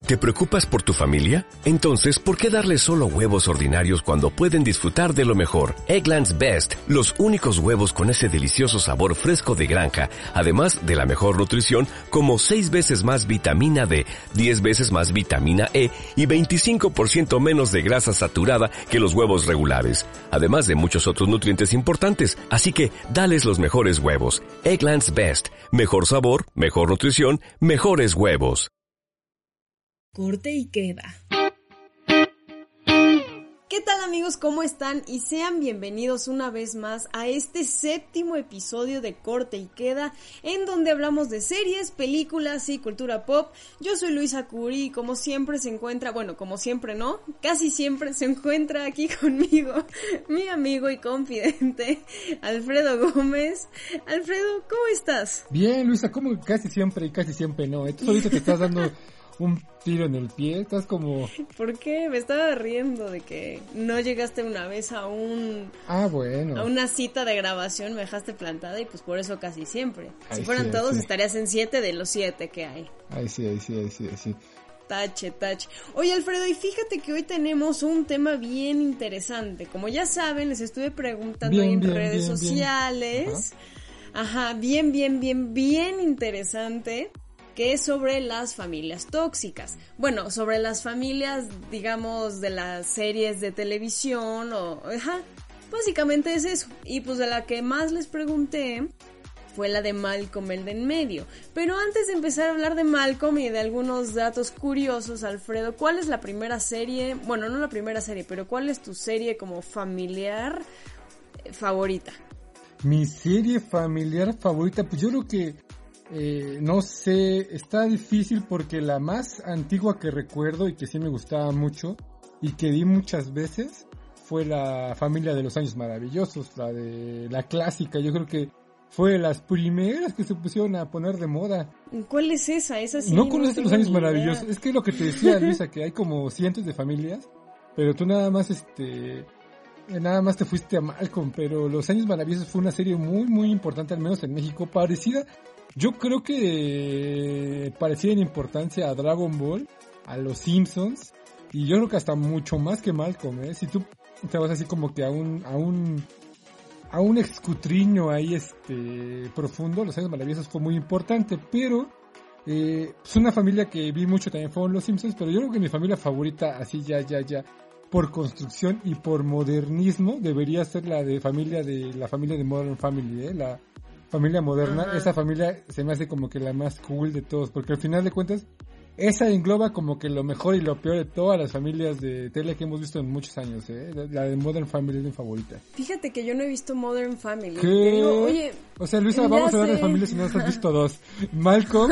¿Te preocupas por tu familia? Entonces, ¿por qué darles solo huevos ordinarios cuando pueden disfrutar de lo mejor? Eggland's Best, los únicos huevos con ese delicioso sabor fresco de granja, además de la mejor nutrición, como 6 veces más vitamina D, 10 veces más vitamina E y 25% menos de grasa saturada que los huevos regulares, además de muchos otros nutrientes importantes. Así que, dales los mejores huevos. Eggland's Best, mejor sabor, mejor nutrición, mejores huevos. Corte y queda. ¿Qué tal, amigos? ¿Cómo están? Y sean bienvenidos una vez más a este 7º episodio de Corte y Queda, en donde hablamos de series, películas y cultura pop. Yo soy Luisa Curi y como siempre se encuentra, bueno, como siempre no, casi siempre se encuentra aquí conmigo mi amigo y confidente Alfredo Gómez. Alfredo, ¿cómo estás? Bien, Luisa, como casi siempre y casi siempre no. Tú solito te estás dando un tiro en el pie, estás como... ¿Por qué? Me estaba riendo de que no llegaste una vez a bueno. a una cita de grabación, me dejaste plantada y pues por eso casi siempre. Si fueran sí, todos sí. Estarías en 7 de los 7 que hay. Ahí sí. Tache. Oye, Alfredo, y fíjate que hoy tenemos un tema bien interesante. Como ya saben, les estuve preguntando ahí en redes sociales. Ajá, bien interesante, que es sobre las familias tóxicas. Bueno, sobre las familias, digamos, de las series de televisión básicamente es eso. Y pues de la que más les pregunté fue la de Malcolm, el de en medio. Pero antes de empezar a hablar de Malcolm y de algunos datos curiosos, Alfredo, ¿cuál es la primera serie? Bueno, no la primera serie, pero ¿cuál es tu serie como familiar favorita? Mi serie familiar favorita, pues yo creo que no sé, está difícil porque la más antigua que recuerdo y que sí me gustaba mucho y que vi muchas veces fue La Familia de los Años Maravillosos, la clásica. Yo creo que fue de las primeras que se pusieron a poner de moda. ¿Cuál es esa? Esa sí no conoces Los Años idea. Maravillosos. Es que lo que te decía, Luisa, que hay como cientos de familias, pero tú nada más te fuiste a Malcolm. Pero Los Años Maravillosos fue una serie muy importante, al menos en México, parecida. Yo creo que parecida en importancia a Dragon Ball, a Los Simpsons, y yo creo que hasta mucho más que Malcolm, ¿eh? Si tú te vas así como que a un escutriño ahí profundo, Los Años Maravillosos fue muy importante, pero es una familia que vi mucho también fueron Los Simpsons, pero yo creo que mi familia favorita, así ya, por construcción y por modernismo, debería ser la familia de Modern Family, la familia moderna. Ajá. Esa familia se me hace como que la más cool de todos, porque al final de cuentas esa engloba como que lo mejor y lo peor de todas las familias de tele que hemos visto en muchos años, La de Modern Family es mi favorita. Fíjate que yo no he visto Modern Family. ¿Qué? Te digo, oye, o sea, Luisa, vamos a hablar de familias si no has visto 2. Malcolm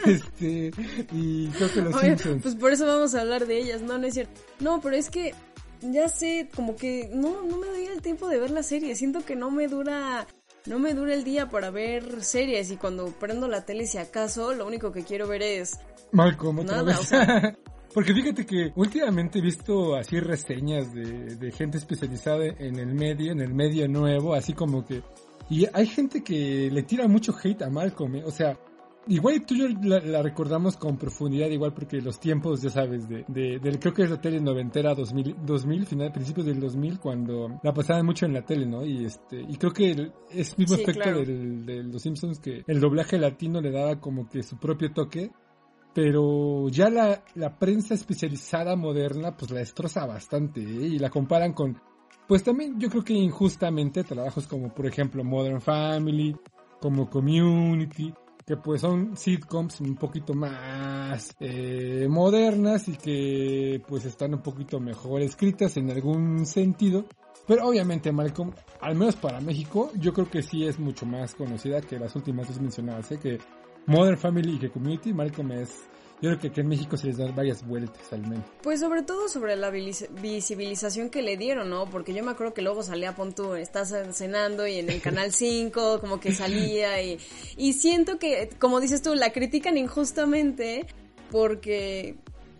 y creo que Los Simpsons. Pues por eso vamos a hablar de ellas, no es cierto. No, pero es que ya sé, como que no me doy el tiempo de ver la serie. Siento que no me dura el día para ver series, y cuando prendo la tele, si acaso, lo único que quiero ver es Malcolm otra vez. O sea, porque fíjate que últimamente he visto así reseñas de gente especializada en el medio nuevo, así como que, y hay gente que le tira mucho hate a Malcolm, o sea, igual tú y yo la recordamos con profundidad, igual porque los tiempos, ya sabes, creo que es la tele noventera, 2000 principios del 2000, cuando la pasaban mucho en la tele, ¿no? Y creo que es mismo sí, efecto claro. de Los Simpsons, que el doblaje latino le daba como que su propio toque, pero ya la prensa especializada moderna pues la destroza bastante, y la comparan con, pues también yo creo que injustamente, trabajos como por ejemplo Modern Family, como Community, que pues son sitcoms un poquito más modernas y que pues están un poquito mejor escritas en algún sentido. Pero obviamente Malcolm, al menos para México, yo creo que sí es mucho más conocida que las últimas dos mencionadas, que Modern Family y que Community. Malcolm yo creo que aquí en México se les dan varias vueltas al menos. Pues sobre todo sobre la visibilización que le dieron, ¿no? Porque yo me acuerdo que luego salía, pon tú, estás cenando y en el Canal 5 como que salía y siento que, como dices tú, la critican injustamente porque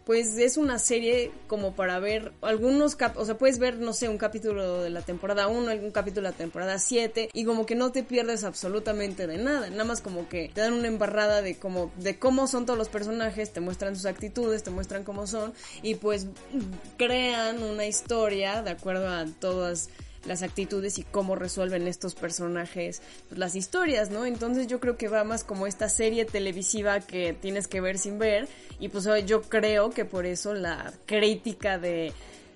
pues es una serie como para ver algunos o sea, puedes ver, no sé, un capítulo de la temporada 1, algún capítulo de la temporada 7 y como que no te pierdes absolutamente de nada más como que te dan una embarrada de cómo son todos los personajes, te muestran sus actitudes, te muestran cómo son y pues crean una historia de acuerdo a todas las actitudes y cómo resuelven estos personajes pues, las historias, ¿no? Entonces yo creo que va más como esta serie televisiva que tienes que ver sin ver y pues yo creo que por eso la crítica ¿qué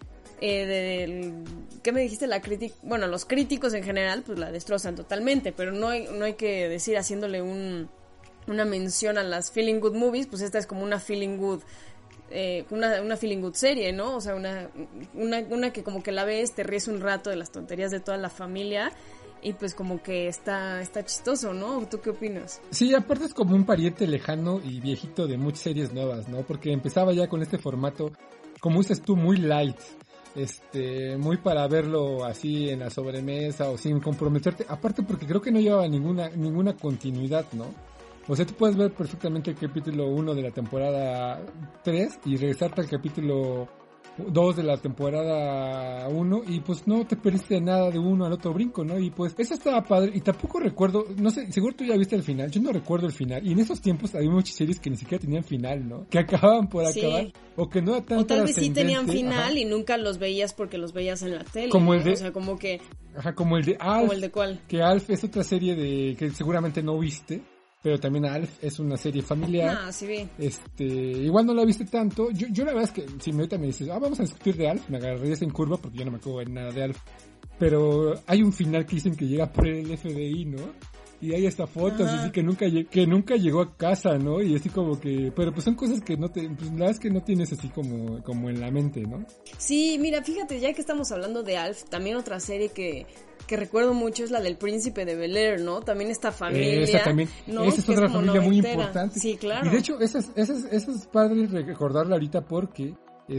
me dijiste? La crítica, bueno, los críticos en general pues la destrozan totalmente, pero no hay que decir haciéndole una mención a las feeling good movies, pues esta es como una feeling good una feeling good serie, ¿no? O sea, una que como que la ves, te ríes un rato de las tonterías de toda la familia y pues como que está chistoso, ¿no? ¿Tú qué opinas? Sí, aparte es como un pariente lejano y viejito de muchas series nuevas, ¿no? Porque empezaba ya con este formato, como dices tú, muy light, muy para verlo así en la sobremesa o sin comprometerte, aparte porque creo que no llevaba ninguna continuidad, ¿no? O sea, tú puedes ver perfectamente el capítulo 1 de la temporada 3 y regresarte al capítulo 2 de la temporada 1 y pues no te perdiste nada de uno al otro brinco, ¿no? Y pues eso estaba padre y tampoco recuerdo, no sé, seguro tú ya viste el final, yo no recuerdo el final y en esos tiempos había muchas series que ni siquiera tenían final, ¿no? Que acababan por acabar o que no era tan o tal vez sí tenían final, ajá, y nunca los veías porque los veías en la tele, como ¿no? el de, o sea, como que... Ajá, como el de Alf. ¿Como el de cuál? Que Alf es otra serie que seguramente no viste. Pero también Alf es una serie familiar. Ah, sí vi. Igual no la viste tanto. Yo la verdad es que si ahorita me dices, vamos a discutir de Alf, me agarrarías en curva porque yo no me acuerdo de nada de Alf. Pero hay un final que dicen que llega por el FBI, ¿no? Y hay hasta fotos así que nunca llegó a casa, ¿no? Y así como que, pero pues son cosas que pues la verdad es que no tienes así como en la mente, ¿no? Sí, mira, fíjate, ya que estamos hablando de Alf, también otra serie que recuerdo mucho es la del Príncipe de Bel-Air, ¿no? También esta familia. Esa también, ¿no? Esa es otra familia muy importante. Sí, claro. Y de hecho, eso es padre recordarla ahorita porque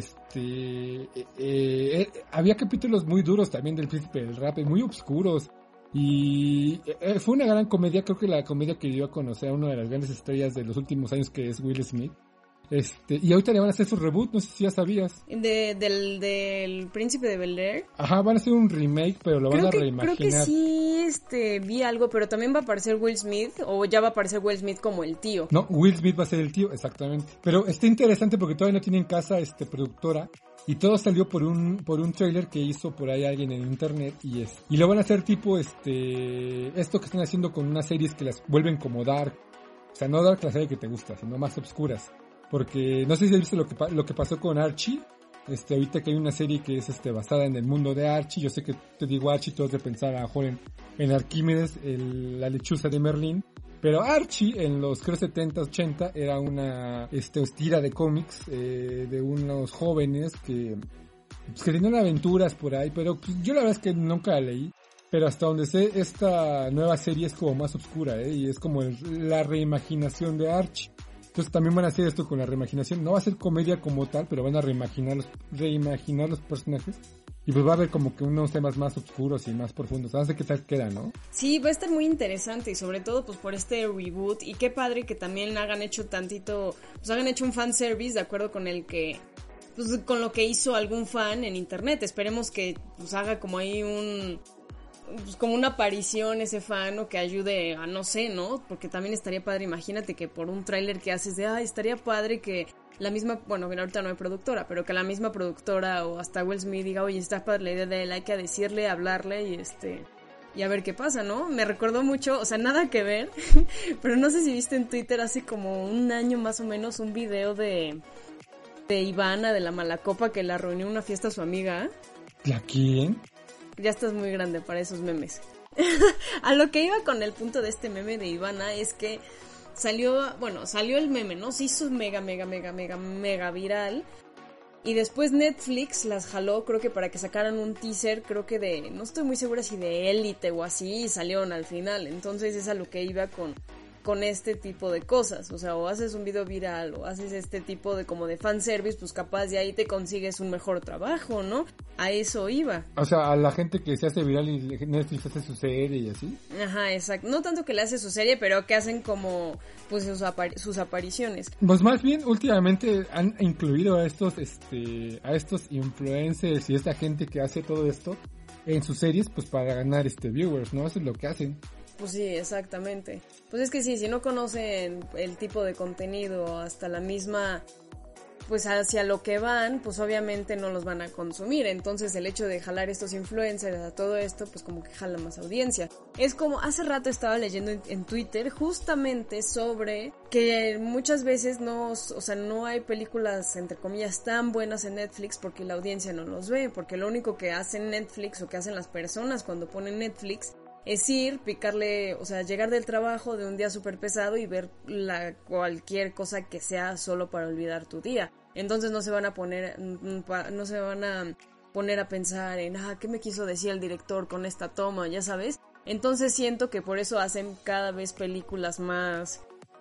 había capítulos muy duros también del Príncipe del Rap, muy oscuros. Y fue una gran comedia, creo que la comedia que dio a conocer a una de las grandes estrellas de los últimos años, que es Will Smith. Y ahorita le van a hacer su reboot, no sé si ya sabías. Del Príncipe de Bel-Air. Ajá, van a hacer un remake, pero lo van a reimaginar. Creo que sí, vi algo, pero también va a aparecer Will Smith, o ya va a aparecer Will Smith como el tío. No, Will Smith va a ser el tío, exactamente. Pero está interesante porque todavía no tiene en casa productora. Y todo salió por un trailer que hizo por ahí alguien en internet y lo van a hacer tipo esto que están haciendo con unas series que las vuelven como dark. O sea, no dark la serie que te gusta, sino más obscuras. Porque no sé si has visto lo que pasó con Archie. Ahorita que hay una serie que es basada en el mundo de Archie. Yo sé que te digo Archie, tú has de pensar a lo mejor en Arquímedes, la lechuza de Merlín. Pero Archie en los creo 70, 80 era una tira de cómics de unos jóvenes que tenían aventuras por ahí, pero pues, yo la verdad es que nunca la leí. Pero hasta donde sé, esta nueva serie es como más oscura, y es como la reimaginación de Archie. Entonces también van a hacer esto con la reimaginación. No va a ser comedia como tal, pero van a reimaginar los personajes. Y pues va a haber como que unos temas más oscuros y más profundos. No sé qué tal queda, ¿no? Sí, va a estar muy interesante y sobre todo pues por este reboot. Y qué padre que también hagan hecho un fanservice de acuerdo con pues con lo que hizo algún fan en internet. Esperemos que pues haga como ahí como una aparición ese fan o que ayude a no sé, ¿no? Porque también estaría padre, imagínate que por un tráiler que haces estaría padre que la misma, bueno, ahorita no hay productora, pero que la misma productora o hasta Will Smith diga, oye, está padre la idea de él, hay que decirle, hablarle y a ver qué pasa, ¿no? Me recordó mucho, o sea, nada que ver, pero no sé si viste en Twitter hace como un año más o menos un video de Ivana de la Malacopa que la reunió en una fiesta a su amiga. ¿La quién? Ya estás muy grande para esos memes. A lo que iba con el punto de este meme de Ivana es que salió el meme, ¿no? Se hizo mega viral. Y después Netflix las jaló, creo que para que sacaran un teaser, creo que no estoy muy segura si de Élite o así, y salieron al final. Entonces es a lo que iba con este tipo de cosas, o sea, o haces un video viral o haces este tipo de como de fanservice, pues capaz de ahí te consigues un mejor trabajo, ¿no? A eso iba. O sea, a la gente que se hace viral y Netflix hace su serie y así. Ajá, exacto. No tanto que le hace su serie, pero que hacen como pues sus apariciones. Pues más bien últimamente han incluido a estos influencers y esta gente que hace todo esto en sus series, pues para ganar viewers, ¿no? Eso es lo que hacen. Pues sí, exactamente. Pues es que sí, si no conocen el tipo de contenido hasta la misma, pues hacia lo que van, pues obviamente no los van a consumir. Entonces el hecho de jalar estos influencers a todo esto, pues como que jala más audiencia. Es como, hace rato estaba leyendo en Twitter justamente sobre que muchas veces no hay películas entre comillas tan buenas en Netflix porque la audiencia no los ve, porque lo único que hacen Netflix o que hacen las personas cuando ponen Netflix es ir, picarle, o sea, llegar del trabajo de un día súper pesado y ver cualquier cosa que sea solo para olvidar tu día. Entonces no se van a poner a pensar en, ¿qué me quiso decir el director con esta toma? Ya sabes. Entonces siento que por eso hacen cada vez películas más,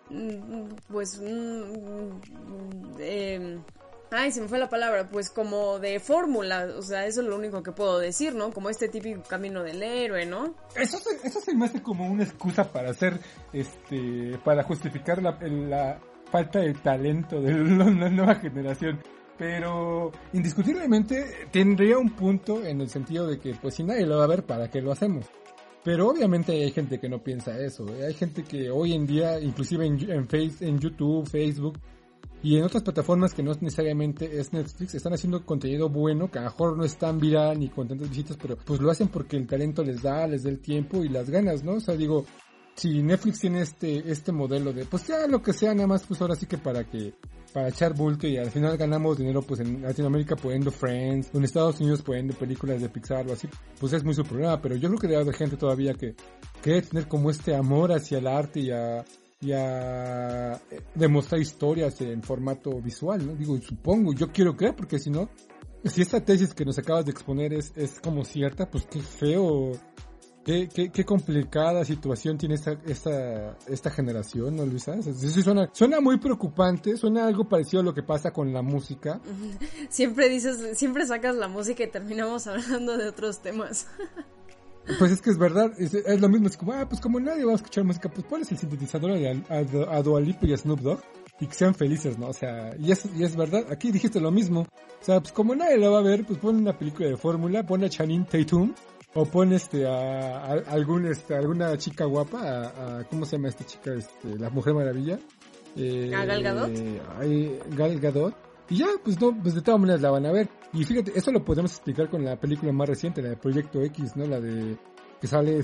se me fue la palabra, pues como de fórmula, o sea, eso es lo único que puedo decir, ¿no? Como este típico camino del héroe, ¿no? Eso se me hace como una excusa para hacer, para justificar la falta de talento de la nueva generación. Pero indiscutiblemente tendría un punto en el sentido de que, pues si nadie lo va a ver, ¿para qué lo hacemos? Pero obviamente hay gente que no piensa eso, ¿eh? Hay gente que hoy en día, inclusive en YouTube, Facebook, y en otras plataformas que no necesariamente es Netflix, están haciendo contenido bueno, que a lo mejor no es tan viral ni con tantas visitas, pero pues lo hacen porque el talento les da el tiempo y las ganas, ¿no? O sea, digo, si Netflix tiene este modelo de, pues ya lo que sea, nada más pues ahora sí que para echar bulto y al final ganamos dinero pues en Latinoamérica poniendo Friends, o en Estados Unidos poniendo películas de Pixar o así, pues es muy su problema, pero yo creo que debe haber gente todavía que quiere tener como este amor hacia el arte y a demostrar historias en formato visual, ¿no? Digo, supongo, yo quiero creer, porque si no, si esta tesis que nos acabas de exponer es como cierta, pues qué feo, qué complicada situación tiene esta generación, ¿no, Luisa? Sí, suena muy preocupante, suena algo parecido a lo que pasa con la música. Siempre sacas la música y terminamos hablando de otros temas. Pues es que es verdad, es lo mismo, es como, pues como nadie va a escuchar música, pues pones el sintetizador a Dua Lipa y a Snoop Dogg y que sean felices, ¿no? O sea, y es verdad, aquí dijiste lo mismo, o sea, pues como nadie lo va a ver, pues pon una película de fórmula, pon a Channing Tatum, o pon alguna chica guapa, ¿cómo se llama esta chica? La Mujer Maravilla. ¿A Gal Gadot? Gal Gadot. Y ya, pues de todas maneras la van a ver. Y fíjate, eso lo podemos explicar con la película más reciente, la de Proyecto X, ¿no? La de que sale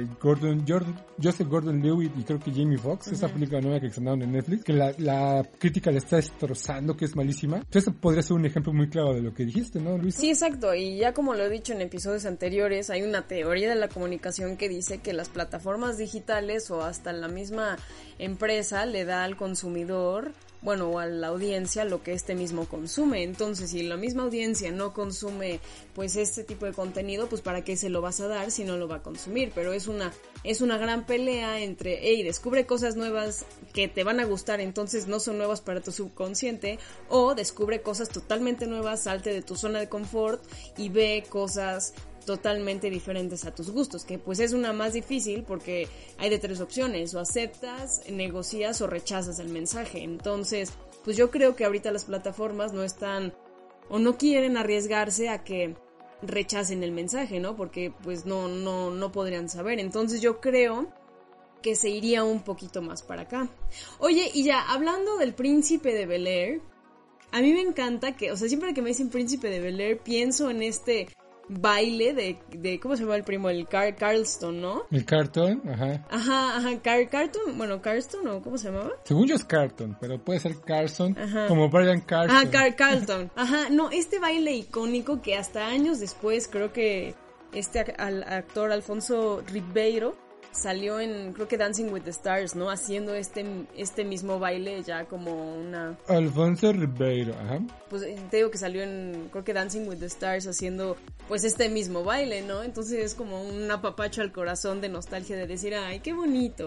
Joseph Gordon-Levitt y creo que Jamie Foxx, esa película nueva que estrenaron en Netflix, que la crítica la está destrozando, que es malísima. Entonces podría ser un ejemplo muy claro de lo que dijiste, ¿no, Luis? Sí, exacto, y ya como lo he dicho en episodios anteriores, hay una teoría de la comunicación que dice que las plataformas digitales o hasta la misma empresa le da al consumidor, bueno, o a la audiencia lo que este mismo consume. Entonces, si la misma audiencia no consume pues este tipo de contenido, pues para qué se lo vas a dar si no lo va a consumir. Pero es una gran pelea entre, descubre cosas nuevas que te van a gustar, entonces no son nuevas para tu subconsciente, o descubre cosas totalmente nuevas, salte de tu zona de confort y ve cosas totalmente diferentes a tus gustos, que pues es una más difícil porque hay de 3 opciones: o aceptas, negocias o rechazas el mensaje. Entonces, pues yo creo que ahorita las plataformas no están o no quieren arriesgarse a que rechacen el mensaje, ¿no? Porque pues no podrían saber. Entonces yo creo que se iría un poquito más para acá. Oye, y ya hablando del Príncipe de Bel-Air, a mí me encanta que, o sea, siempre que me dicen Príncipe de Bel-Air pienso en este baile de ¿cómo se llama el primo? El Carlton, ¿no? El Carlton, ajá. Ajá, Carlton, bueno, Carlton, ¿o cómo se llamaba? Según yo es Carlton, pero puede ser Carlton, como Brian Carlton. Carlton, ajá, no, este baile icónico que hasta años después creo que este actor Alfonso Ribeiro salió en, creo que Dancing with the Stars, ¿no? Haciendo este mismo baile ya como una... Alfonso Ribeiro, ajá. Pues te digo que salió en, creo que Dancing with the Stars haciendo pues este mismo baile, ¿no? Entonces es como un apapacho al corazón de nostalgia de decir, ay, qué bonito.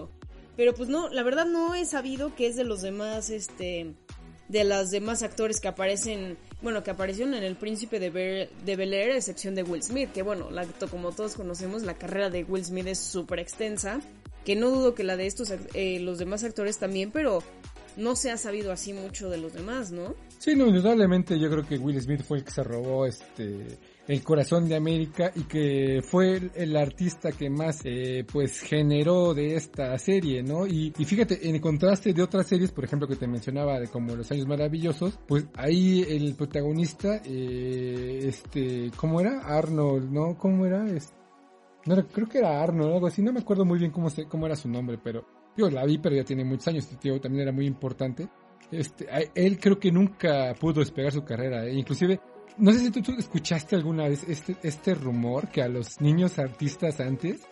Pero pues no, la verdad no he sabido qué es de los demás, de los demás actores que aparecen, bueno, que aparecieron en El Príncipe de Bel-Air, a excepción de Will Smith, que bueno, como todos conocemos, la carrera de Will Smith es súper extensa, que no dudo que la de los demás actores también, pero no se ha sabido así mucho de los demás, ¿no? Sí, no, indudablemente yo creo que Will Smith fue el que se robó el corazón de América y que fue el artista que más pues generó de esta serie, ¿no? Y fíjate, en contraste de otras series, por ejemplo, que te mencionaba de como Los Años Maravillosos, pues ahí el protagonista, ¿cómo era? Arnold, ¿no? ¿Cómo era? No, creo que era Arnold, algo así, no me acuerdo muy bien cómo era su nombre, pero yo la vi, pero ya tiene muchos años, tío, también era muy importante. Él creo que nunca pudo despegar su carrera, inclusive, no sé si tú escuchaste alguna vez este rumor que a los niños artistas antes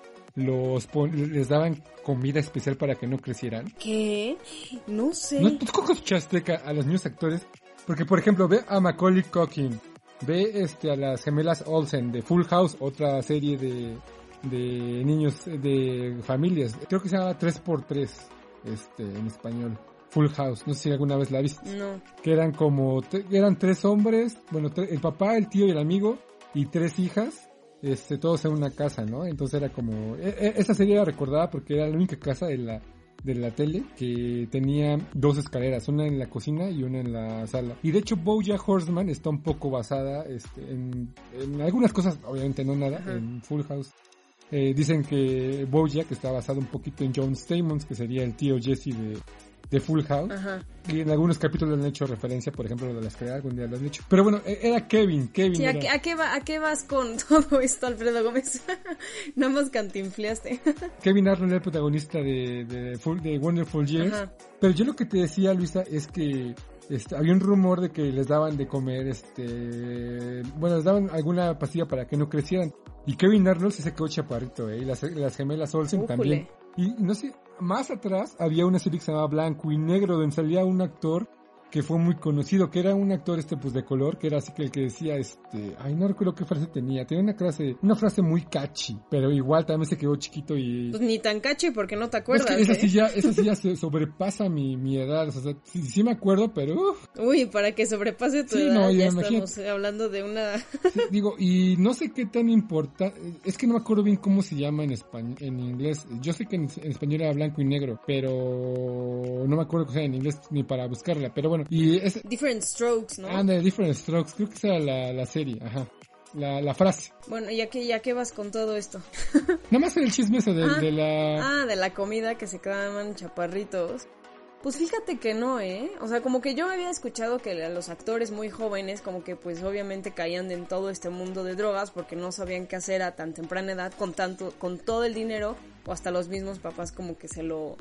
les daban comida especial para que no crecieran. ¿Qué? No sé. ¿No? ¿Tú cómo escuchaste a los niños actores? Porque, por ejemplo, ve a Macaulay Culkin, ve a las gemelas Olsen de Full House, otra serie de niños, de familias. Creo que se llama 3x3, en español. Full House, no sé si alguna vez la viste. No. Que eran eran 3 hombres, bueno, el papá, el tío y el amigo, y 3 hijas, todos en una casa, ¿no? Entonces era como, esa serie era recordada porque era la única casa de la tele que tenía 2 escaleras, una en la cocina y una en la sala. Y de hecho BoJack Horseman está un poco basada en algunas cosas, obviamente no nada, Ajá. en Full House. Dicen que BoJack está basado un poquito en John Stamos, que sería el tío Jesse de Full House. Ajá. Y en algunos capítulos le han hecho referencia, por ejemplo, lo de la escalera, algún día lo han hecho. Pero bueno, era Kevin. Sí, era... ¿a qué vas con todo esto, Alfredo Gómez? Nada más cantinfleaste. Kevin Arnold era el protagonista de Wonderful Years. Ajá. Pero yo lo que te decía, Luisa, es que había un rumor de que les daban de comer, les daban alguna pastilla para que no crecieran. Y Kevin Arnold se quedó chaparrito, y las gemelas Olsen también. Y no sé, más atrás había una serie que se llamaba Blanco y Negro, donde salía un actor que fue muy conocido, que era un actor pues de color, que era así que el que decía no recuerdo qué frase tenía una frase muy catchy, pero igual también se quedó chiquito y... Pues ni tan catchy porque no te acuerdas, es que esa sí ya se sobrepasa mi edad, o sea, sí me acuerdo, pero... Uy, para que sobrepase tu edad, no, ya estamos hablando de una... Sí, digo, y no sé qué tan importante, es que no me acuerdo bien cómo se llama en español, en inglés, yo sé que en español era Blanco y Negro, pero no me acuerdo que sea en inglés ni para buscarla, pero bueno. Y Different Strokes, ¿no? De Different Strokes, creo que esa era la serie, ajá. La frase. Bueno, ¿ya qué vas con todo esto? Nada más el chisme ese de la... de la comida que se quedaban chaparritos. Pues fíjate que no, O sea, como que yo había escuchado que los actores muy jóvenes como que pues obviamente caían en todo este mundo de drogas porque no sabían qué hacer a tan temprana edad con todo el dinero, o hasta los mismos papás como que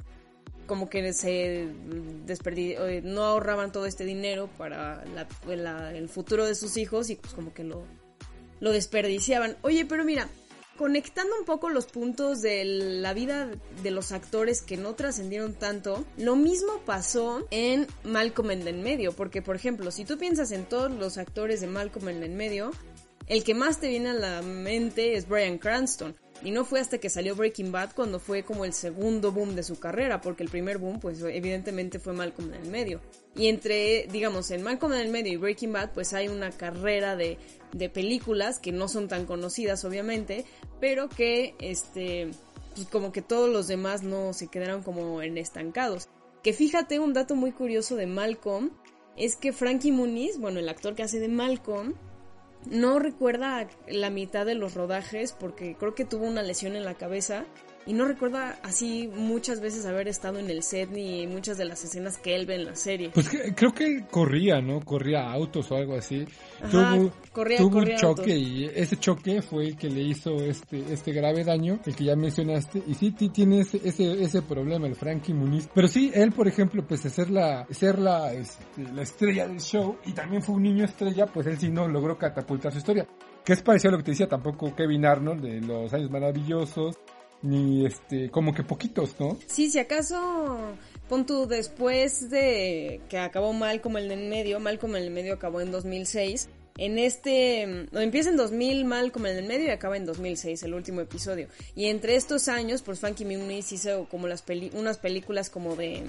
no ahorraban todo este dinero para el futuro de sus hijos y pues como que lo desperdiciaban. Oye, pero mira, conectando un poco los puntos de la vida de los actores que no trascendieron tanto, lo mismo pasó en Malcolm en el medio, porque por ejemplo, si tú piensas en todos los actores de Malcolm en el medio, el que más te viene a la mente es Bryan Cranston. Y no fue hasta que salió Breaking Bad cuando fue como el segundo boom de su carrera, porque el primer boom, pues evidentemente fue Malcolm en el medio. Y en Malcolm en el medio y Breaking Bad, pues hay una carrera de películas que no son tan conocidas, obviamente, pero que, pues como que todos los demás no se quedaron como en estancados. Que fíjate, un dato muy curioso de Malcolm es que Frankie Muniz, bueno, el actor que hace de Malcolm, no recuerda la mitad de los rodajes porque creo que tuvo una lesión en la cabeza y no recuerda así muchas veces haber estado en el set ni muchas de las escenas que él ve en la serie. Pues creo que él corría, ¿no? Corría autos o algo así. Ajá, tuvo un choque y ese choque fue el que le hizo este grave daño, el que ya mencionaste. Y sí tiene ese problema, el Frankie Muniz. Pero sí, él, por ejemplo, pues de ser la estrella del show y también fue un niño estrella, pues él sí no logró catapultar su historia. Que es parecido a lo que te decía tampoco Kevin Arnold de Los Años Maravillosos, ni como que poquitos, ¿no? Sí, si acaso pon tú después de que acabó Malcolm en el medio acabó en 2006, empieza en 2000 Malcolm en el medio y acaba en 2006, el último episodio. Y entre estos años, pues Funky Muniz hizo como unas películas como de...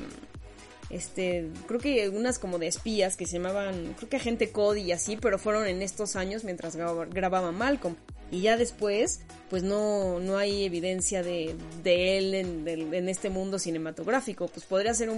creo que unas como de espías que se llamaban, creo que Agente Cody y así, pero fueron en estos años mientras grababa Malcolm. Y ya después, pues no hay evidencia de él en este mundo cinematográfico. Pues podría ser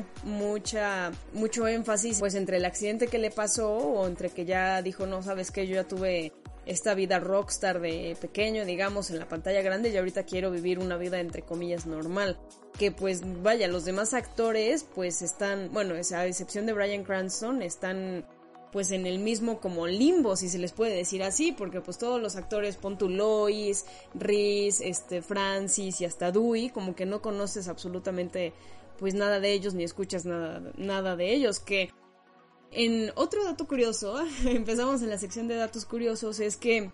mucho énfasis pues entre el accidente que le pasó o entre que ya dijo, no, sabes qué, yo ya tuve esta vida rockstar de pequeño, digamos, en la pantalla grande y ahorita quiero vivir una vida entre comillas normal. Que pues vaya, los demás actores pues están, bueno, a excepción de Bryan Cranston, están pues en el mismo como limbo, si se les puede decir así, porque pues todos los actores, pon tu Lois, Reese, Francis y hasta Dewey, como que no conoces absolutamente pues nada de ellos ni escuchas nada de ellos, que en otro dato curioso, empezamos en la sección de datos curiosos, es que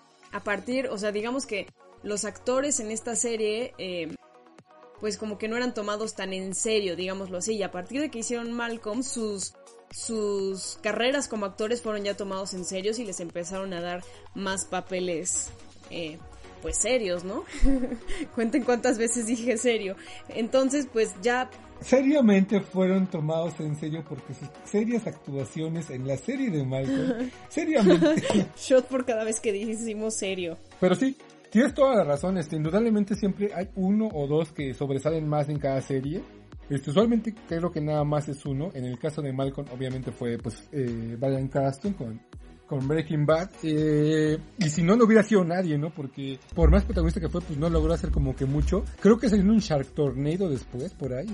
digamos que los actores en esta serie pues como que no eran tomados tan en serio, digámoslo así, y a partir de que hicieron Malcolm, sus carreras como actores fueron ya tomados en serio y les empezaron a dar más papeles pues serios, ¿no? Cuenten cuántas veces dije serio. Entonces pues ya... Seriamente fueron tomados en serio porque sus serias actuaciones en la serie de Malcolm, seriamente... Shot por cada vez que dijimos serio. Pero sí, tienes toda la razón, indudablemente siempre hay uno o dos que sobresalen más en cada serie. Usualmente creo que nada más es uno. En el caso de Malcolm obviamente fue pues Bryan Cranston con Breaking Bad, y si no, no hubiera sido nadie, ¿no? Porque por más protagonista que fue, pues no logró hacer como que mucho. Creo que salió en un Shark Tornado después, por ahí,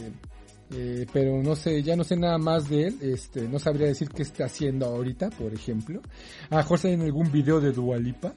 pero no sé, ya no sé nada más de él, no sabría decir qué está haciendo ahorita, por ejemplo. A lo mejor sale en algún video de Dua Lipa,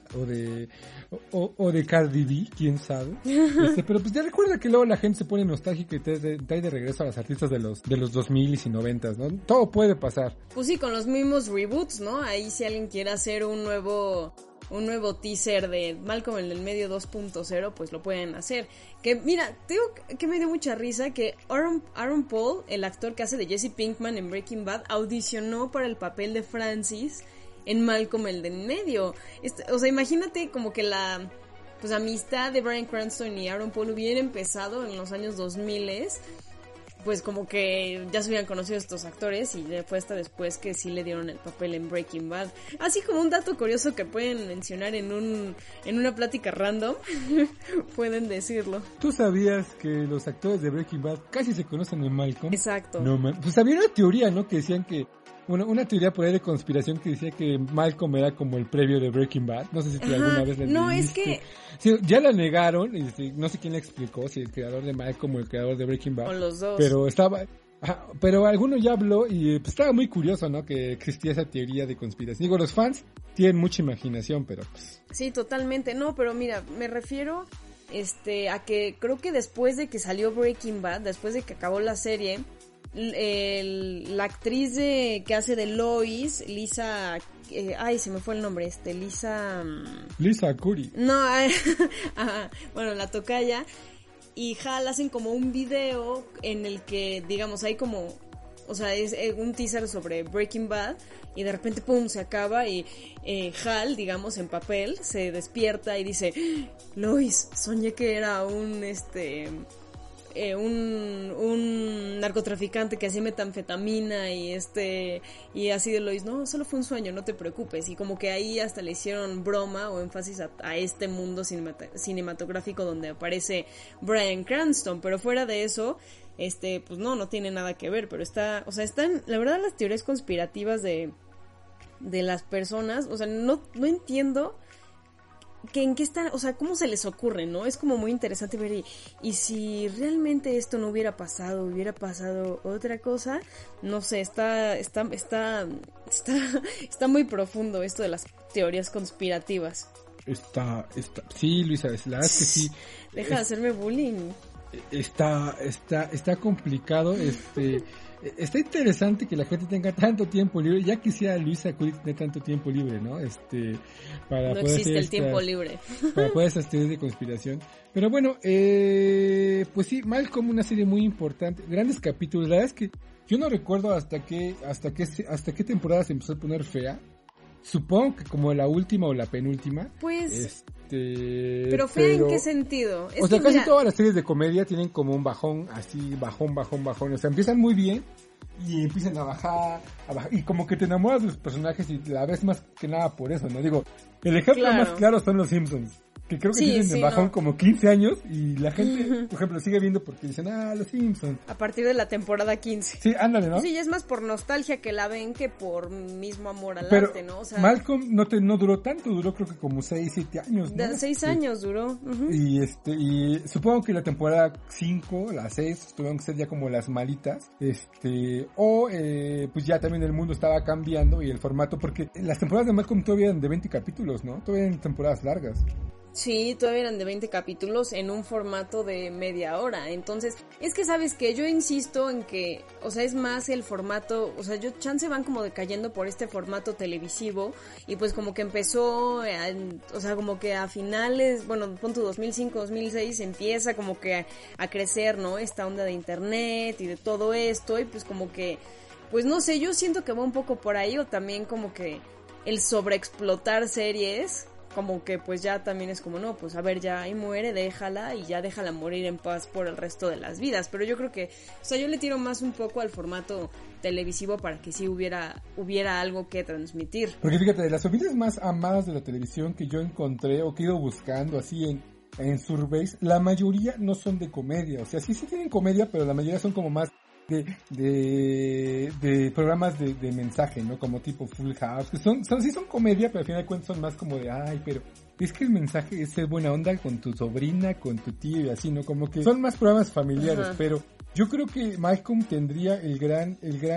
o de Cardi B, quién sabe. Pero pues ya recuerda que luego la gente se pone nostálgica y trae de regreso a las artistas de los 2000s y 90s, ¿no? Todo puede pasar. Pues sí, con los mismos reboots, ¿no? Ahí si alguien quiere hacer un nuevo teaser de Malcolm en el medio 2.0, pues lo pueden hacer. Que mira, te digo que me dio mucha risa que Aaron Paul, el actor que hace de Jesse Pinkman en Breaking Bad, audicionó para el papel de Francis en Malcolm el de en medio. O sea, imagínate como que la pues amistad de Bryan Cranston y Aaron Paul hubiera empezado en los años 2000, pues como que ya se hubieran conocido estos actores y fue hasta después que sí le dieron el papel en Breaking Bad. Así como un dato curioso que pueden mencionar en una plática random, pueden decirlo. ¿Tú sabías que los actores de Breaking Bad casi se conocen en Malcolm? Exacto. No, pues había una teoría, ¿no? Que decían que una teoría por ahí de conspiración que decía que Malcolm era como el previo de Breaking Bad. No sé si tú alguna vez no, leíste. es que... Sí, ya la negaron, y no sé quién la explicó, si el creador de Malcolm o el creador de Breaking Bad. O los dos. Pero alguno ya habló y pues estaba muy curioso, ¿no? Que existía esa teoría de conspiración. Digo, los fans tienen mucha imaginación, pero pues... Sí, totalmente. No, pero mira, me refiero a que creo que después de que salió Breaking Bad, después de que acabó la serie... la actriz que hace de Lois, Lisa, se me fue el nombre, Lisa Curry. No, bueno, la tocaya, y Hal hacen como un video en el que, digamos, hay como, o sea, es un teaser sobre Breaking Bad, y de repente, pum, se acaba, y Hal, digamos, en papel, se despierta y dice, Lois, soñé que era un narcotraficante que hacía metanfetamina y así de Lois, no, solo fue un sueño, no te preocupes, y como que ahí hasta le hicieron broma o énfasis a este mundo cinematográfico donde aparece Bryan Cranston, pero fuera de eso, pues no tiene nada que ver, pero están, la verdad, las teorías conspirativas de las personas, o sea, no entiendo que en qué están, o sea, cómo se les ocurre, ¿no? Es como muy interesante ver y si realmente esto no hubiera pasado otra cosa, no sé, está muy profundo esto de las teorías conspirativas. Sí, Luisa, la verdad es que sí. Deja de hacerme bullying. Está complicado, está interesante que la gente tenga tanto tiempo libre. Ya quisiera Luisa Curry tener tanto tiempo libre, ¿no? Para no poder existe el tiempo libre. Para poder hacer teorías de conspiración. Pero bueno, pues sí, Malcolm, una serie muy importante, grandes capítulos. La verdad es que yo no recuerdo hasta qué temporada se empezó a poner fea. supongo que como la última o la penúltima. Pues... Pero fea, ¿en qué sentido? O sea, casi todas las series de comedia tienen como un bajón, así, bajón. O sea, empiezan muy bien y empiezan a bajar, y como que te enamoras de los personajes y la ves más que nada por eso, ¿no? Digo, el ejemplo más claro son los Simpsons. Que creo que tienen de bajón como 15 años y la gente, por ejemplo, sigue viendo porque dicen, los Simpsons. A partir de la temporada 15. Sí, ándale, ¿no? Sí, ya es más por nostalgia que la ven que por mismo amor al pero arte, ¿no? O sea, Malcolm no duró tanto, duró creo que como 6, 7 años, ¿no? 6 años duró. Y supongo que la temporada 5, la 6, tuvieron que ser ya como las malitas, pues ya también el mundo estaba cambiando y el formato, porque las temporadas de Malcolm todavía eran de 20 capítulos, ¿no? Todavía eran temporadas largas. Sí, todavía eran de 20 capítulos en un formato de media hora. Entonces, es que sabes que yo insisto en que, o sea, es más el formato, o sea, chance van como decayendo por este formato televisivo y pues como que empezó, o sea, como que a finales, bueno, pon tu 2005, 2006 empieza como que a crecer, ¿no? Esta onda de internet y de todo esto y pues como que, pues no sé, yo siento que va un poco por ahí o también como que el sobreexplotar series... como que pues ya también es como, no, pues a ver, ya ahí muere, déjala y ya déjala morir en paz por el resto de las vidas, pero yo creo que, o sea, yo le tiro más un poco al formato televisivo para que sí hubiera algo que transmitir. Porque fíjate, de las familias más amadas de la televisión que yo encontré o que he ido buscando así en surveys, la mayoría no son de comedia, o sea, sí tienen comedia, pero la mayoría son como más de programas de mensaje, ¿no? Como tipo Full House, que son comedia, pero al final de cuentas son más como de, pero es que el mensaje es ser buena onda con tu sobrina, con tu tío y así, ¿no? Como que son más programas familiares, pero yo creo que Malcolm tendría el gran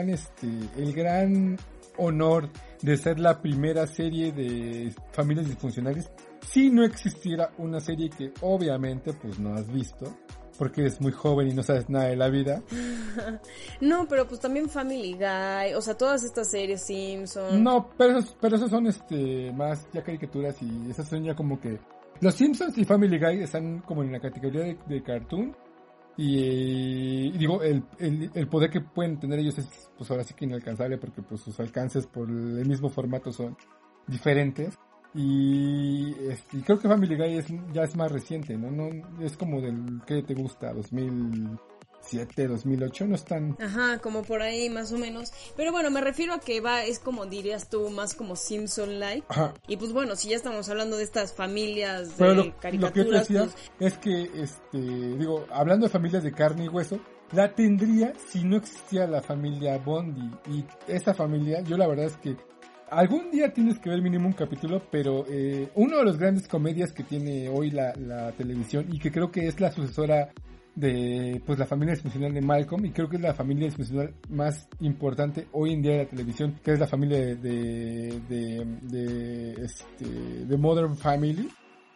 honor de ser la primera serie de familias disfuncionales si no existiera una serie que obviamente pues no has visto, porque eres muy joven y no sabes nada de la vida. No, pero pues también Family Guy, o sea, todas estas series, Simpsons. No, pero esos son más ya caricaturas y esas son ya como que... Los Simpsons y Family Guy están como en la categoría de cartoon y digo, el poder que pueden tener ellos es pues ahora sí que inalcanzable porque pues sus alcances por el mismo formato son diferentes. Y creo que Family Guy ya es más reciente, ¿no? Es como del que te gusta, 2007, 2008, no es tan... Ajá, como por ahí más o menos. Pero bueno, me refiero a que es como dirías tú, más como Simpson-like. Ajá. Y pues bueno, si ya estamos hablando de estas familias de pero caricaturas... Lo que yo te decía es que, digo, hablando de familias de carne y hueso, la tendría si no existía la familia Bondi. Y esta familia, yo la verdad es que algún día tienes que ver mínimo un capítulo, pero uno de los grandes comedias que tiene hoy la televisión y que creo que es la sucesora de pues la familia disfuncional de Malcolm y creo que es la familia disfuncional más importante hoy en día de la televisión, que es la familia de Modern Family.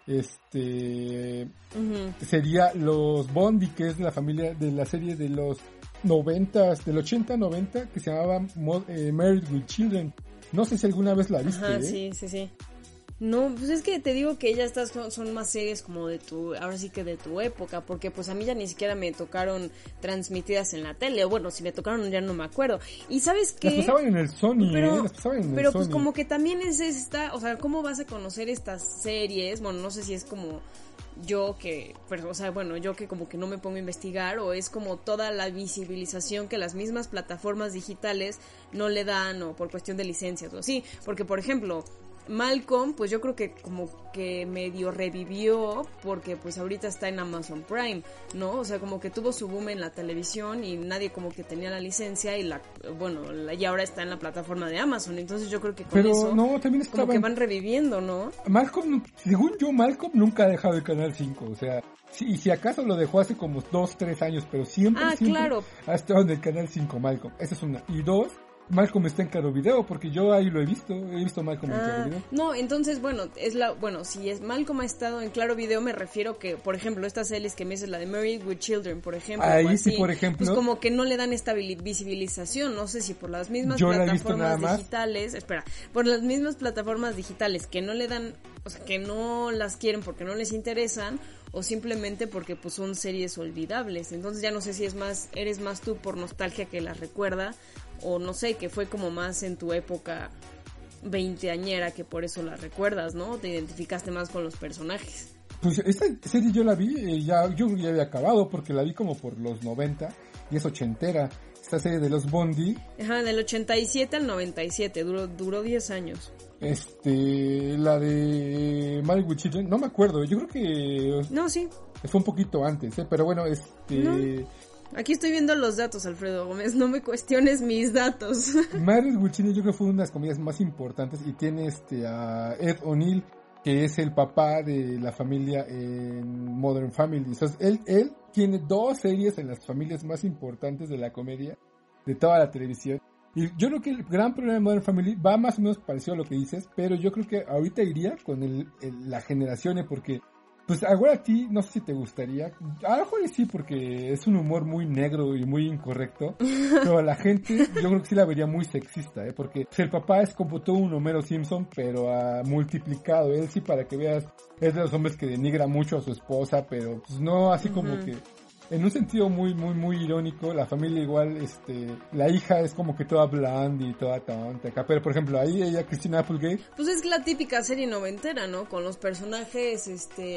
Sería los Bondi, que es la familia de la serie de los 90s, del 80-90, que se llamaba Married with Children. No sé si alguna vez la viste. Ajá, sí. No, pues es que te digo que ya estas son más series como ahora sí que de tu época, porque pues a mí ya ni siquiera me tocaron transmitidas en la tele, o bueno, si me tocaron ya no me acuerdo. Y ¿sabes qué? Las pasaban en el Sony, las pasaban en el Sony. Pero pues como que también es o sea, ¿cómo vas a conocer estas series? Bueno, no sé si es como yo que como que no me pongo a investigar, o es como toda la visibilización que las mismas plataformas digitales no le dan, o por cuestión de licencias o así, porque por ejemplo Malcolm, pues yo creo que como que medio revivió porque pues ahorita está en Amazon Prime, ¿no? O sea, como que tuvo su boom en la televisión y nadie como que tenía la licencia y y ahora está en la plataforma de Amazon, entonces yo creo que con eso también como que van reviviendo, ¿no? Malcolm, según yo, Malcolm nunca ha dejado el Canal 5, o sea, si acaso lo dejó hace como 2-3 años, pero siempre claro, ha estado en el Canal 5 Malcolm, esa es una. Y dos, Malcolm está en Claro Video, porque yo ahí lo he visto Malcolm en Claro Video. No, entonces, si es Malcolm ha estado en Claro Video, me refiero que, por ejemplo, estas series que me dices, la de Married with Children, por ejemplo, ahí así, sí, por ejemplo, pues como que no le dan esta visibilización, no sé si por las mismas plataformas digitales, por las mismas plataformas digitales que no le dan, o sea, que no las quieren porque no les interesan, o simplemente porque pues son series olvidables. Entonces ya no sé si eres más tú por nostalgia que las recuerda, o no sé, que fue como más en tu época veinteañera que por eso la recuerdas, ¿no? Te identificaste más con los personajes. Pues esta serie yo la vi, yo ya había acabado porque la vi como por los 90 y es ochentera. Esta serie de los Bondi. Ajá, del 87 al 97, duró 10 años. La de Married with Children, no me acuerdo, yo creo que... No, sí. Fue un poquito antes, pero bueno, No. Aquí estoy viendo los datos, Alfredo Gómez, no me cuestiones mis datos. Married with Children yo creo que fue una de las comedias más importantes y tiene a Ed O'Neill, que es el papá de la familia en Modern Family. Entonces, él tiene 2 series en las familias más importantes de la comedia de toda la televisión. Y yo creo que el gran problema de Modern Family va más o menos parecido a lo que dices, pero yo creo que ahorita iría con la generación, porque pues ahora a ti, no sé si te gustaría, a lo mejor sí, porque es un humor muy negro y muy incorrecto, pero a la gente yo creo que sí la vería muy sexista, porque el papá es como todo un Homero Simpson, pero multiplicado. Él sí, para que veas, es de los hombres que denigra mucho a su esposa, pero pues no así como que... En un sentido muy, muy, muy irónico, la familia igual, la hija es como que toda blanda y toda tonta acá, pero por ejemplo, ahí ella, Christina Applegate. Pues es la típica serie noventera, ¿no? Con los personajes,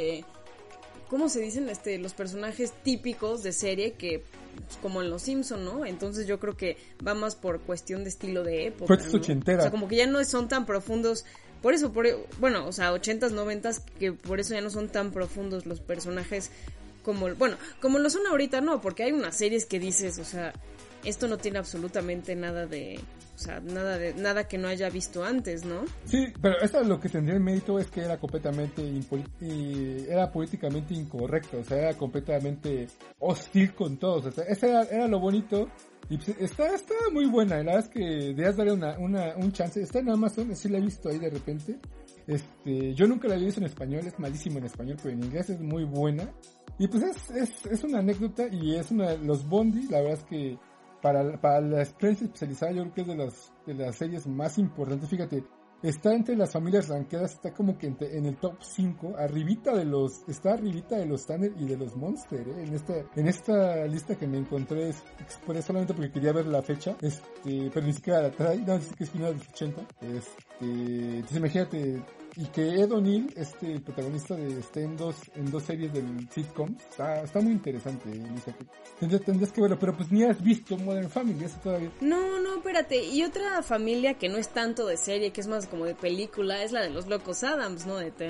¿cómo se dicen? Los personajes típicos de serie que, pues, como en Los Simpson, ¿no? Entonces yo creo que va más por cuestión de estilo de época, Fue ochentera. O sea, como que ya no son tan profundos. Por eso, bueno, o sea, 80s, 90s, que por eso ya no son tan profundos los personajes como lo son ahorita, no, porque hay unas series que dices, o sea, esto no tiene absolutamente nada de, o sea, nada que no haya visto antes, ¿no? Sí, pero esto lo que tendría el mérito es que era completamente era políticamente incorrecto, o sea, era completamente hostil con todos, o sea, ese era lo bonito. Y pues está muy buena, la verdad es que debías darle un chance. Está en Amazon, sí la he visto ahí de repente. Yo nunca la había visto en español, es malísimo en español, pero en inglés es muy buena. Y pues es una anécdota y es los Bondi, la verdad es que para la prensa especializada yo creo que es de las series más importantes. Fíjate, está entre las familias rankeadas, está como que en el top 5, arribita de los Tanner y de los Monster, en esta lista que me encontré, solamente porque quería ver la fecha, pero ni siquiera la trae, no, dice que es final de los 80, entonces imagínate, y que Ed O'Neill, el protagonista en dos series del sitcom, está muy interesante, Lisa, tendrías que verlo, pero pues ni has visto Modern Family, eso todavía. No, espérate, y otra familia que no es tanto de serie, que es más como de película, es la de los Locos Adams, ¿no? De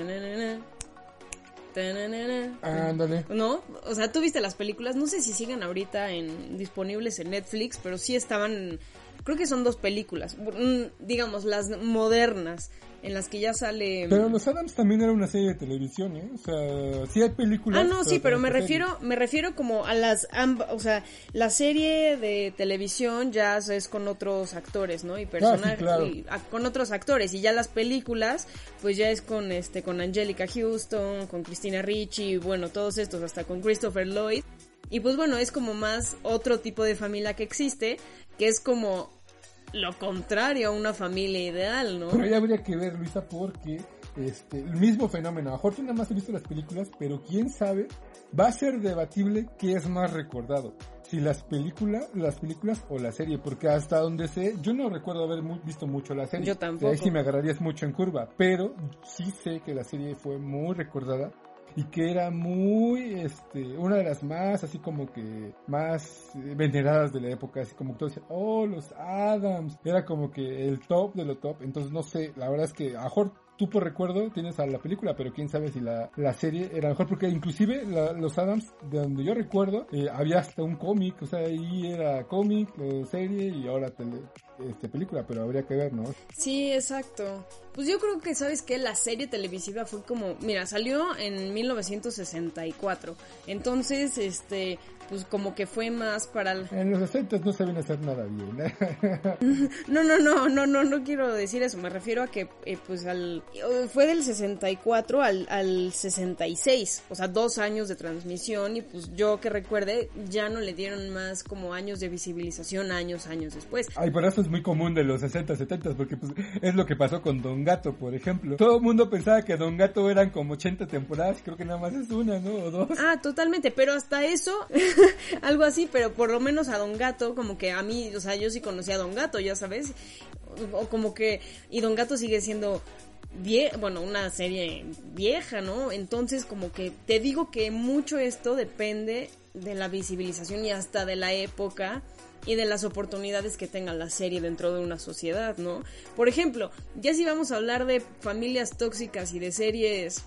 Ándale. ¿No? O sea, tú viste las películas, no sé si sigan ahorita disponibles en Netflix, pero sí estaban, creo que son 2 películas, digamos, las modernas, en las que ya sale... Pero Los Adams también era una serie de televisión, ¿eh? O sea, sí hay películas... no, sí, pero me refiero como a o sea, la serie de televisión ya es con otros actores, ¿no? Y personajes, sí, claro. Con otros actores, y ya las películas, pues ya es con Angelica Houston, con Christina Ricci, bueno, todos estos, hasta con Christopher Lloyd. Y pues bueno, es como más otro tipo de familia que existe, que es como... lo contrario a una familia ideal, ¿no? Pero ya habría que ver, Luisa, porque el mismo fenómeno, a lo mejor tú nada más has visto las películas, pero quién sabe, va a ser debatible qué es más recordado, si las películas o la serie, porque hasta donde sé, yo no recuerdo haber visto mucho la serie. Yo tampoco. Ahí sí me agarrarías mucho en curva, pero sí sé que la serie fue muy recordada y que era muy, una de las más, así como que, más veneradas de la época, así como que todos decían, oh, los Adams, era como que el top de lo top. Entonces no sé, la verdad es que a lo mejor tú por recuerdo tienes a la película, pero quién sabe si la serie era mejor, porque inclusive los Adams, de donde yo recuerdo, había hasta un cómic, o sea, ahí era cómic, serie y ahora película, pero habría que ver, ¿no? Sí, exacto. Pues yo creo que, ¿sabes qué? La serie televisiva fue como, mira, salió en 1964, entonces, pues como que fue más para... En los 60 no sabían hacer nada bien. No quiero decir eso, me refiero a que, pues fue del 64 al 66, o sea, 2 años de transmisión, y pues yo que recuerde, ya no le dieron más como años de visibilización años después. Ay, por eso es muy común de los 60, 70, porque pues es lo que pasó con Don Gato, por ejemplo. Todo el mundo pensaba que Don Gato eran como 80 temporadas, creo que nada más es una, ¿no? O 2. Ah, totalmente, pero hasta eso, algo así, pero por lo menos a Don Gato, como que a mí, o sea, yo sí conocía a Don Gato, ya sabes, O como que, y Don Gato sigue siendo una serie vieja, ¿no? Entonces como que te digo que mucho esto depende de la visibilización y hasta de la época y de las oportunidades que tenga la serie dentro de una sociedad, ¿no? Por ejemplo, ya si vamos a hablar de familias tóxicas y de series,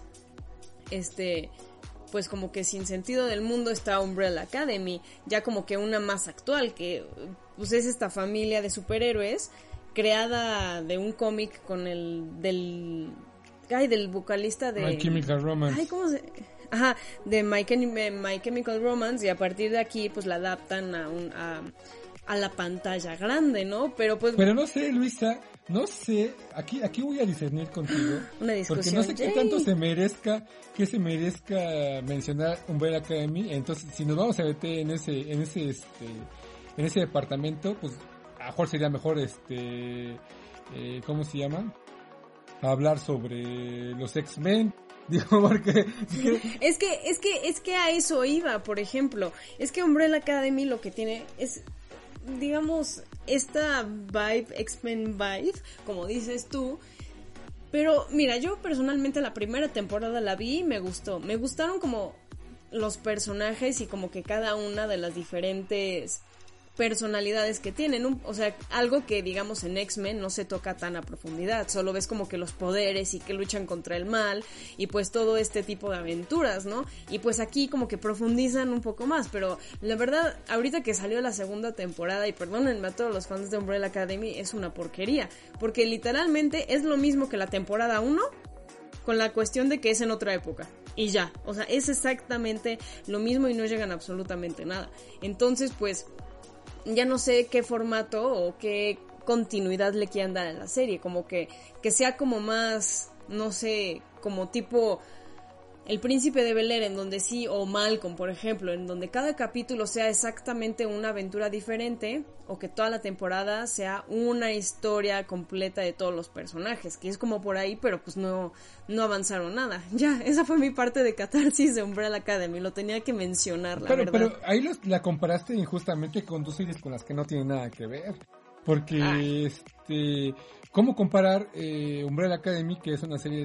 pues como que sin sentido del mundo, está Umbrella Academy, ya como que una más actual, que pues es esta familia de superhéroes creada de un cómic con del vocalista de My Chemical Romance. Ay, ¿cómo se...? Ajá, de My Chemical Romance, y a partir de aquí pues la adaptan a la pantalla grande, ¿no? Pero no sé, Luisa, no sé, aquí voy a discernir contigo. Una discusión. Porque no sé qué tanto se merezca mencionar Umbrella Academy. Entonces, si nos vamos a meter en ese departamento, pues a lo mejor sería mejor ¿cómo se llama? Hablar sobre los X-Men. Digo, porque es que a eso iba, por ejemplo. Es que Umbrella Academy lo que tiene es, digamos, esta vibe, X-Men vibe, como dices tú. Pero mira, yo personalmente la primera temporada la vi y me gustó. Me gustaron como los personajes y como que cada una de las diferentes personalidades que tienen, o sea, algo que digamos en X-Men no se toca tan a profundidad, solo ves como que los poderes y que luchan contra el mal y pues todo este tipo de aventuras, ¿no? Y pues aquí como que profundizan un poco más, pero la verdad, ahorita que salió la segunda temporada, y perdónenme a todos los fans de Umbrella Academy, es una porquería, porque literalmente es lo mismo que la temporada 1, con la cuestión de que es en otra época. Y ya, o sea, es exactamente lo mismo y no llegan a absolutamente nada. Entonces, pues ya no sé qué formato o qué continuidad le quieran dar a la serie, como que sea como más, no sé, como tipo El Príncipe de Bel-Air, en donde sí, o Malcolm, por ejemplo, en donde cada capítulo sea exactamente una aventura diferente, o que toda la temporada sea una historia completa de todos los personajes, que es como por ahí, pero pues no avanzaron nada. Ya, esa fue mi parte de catarsis de Umbrella Academy, lo tenía que mencionar, la verdad. Pero ahí la comparaste injustamente con dos series con las que no tienen nada que ver, porque ¿cómo comparar Umbrella Academy, que es una serie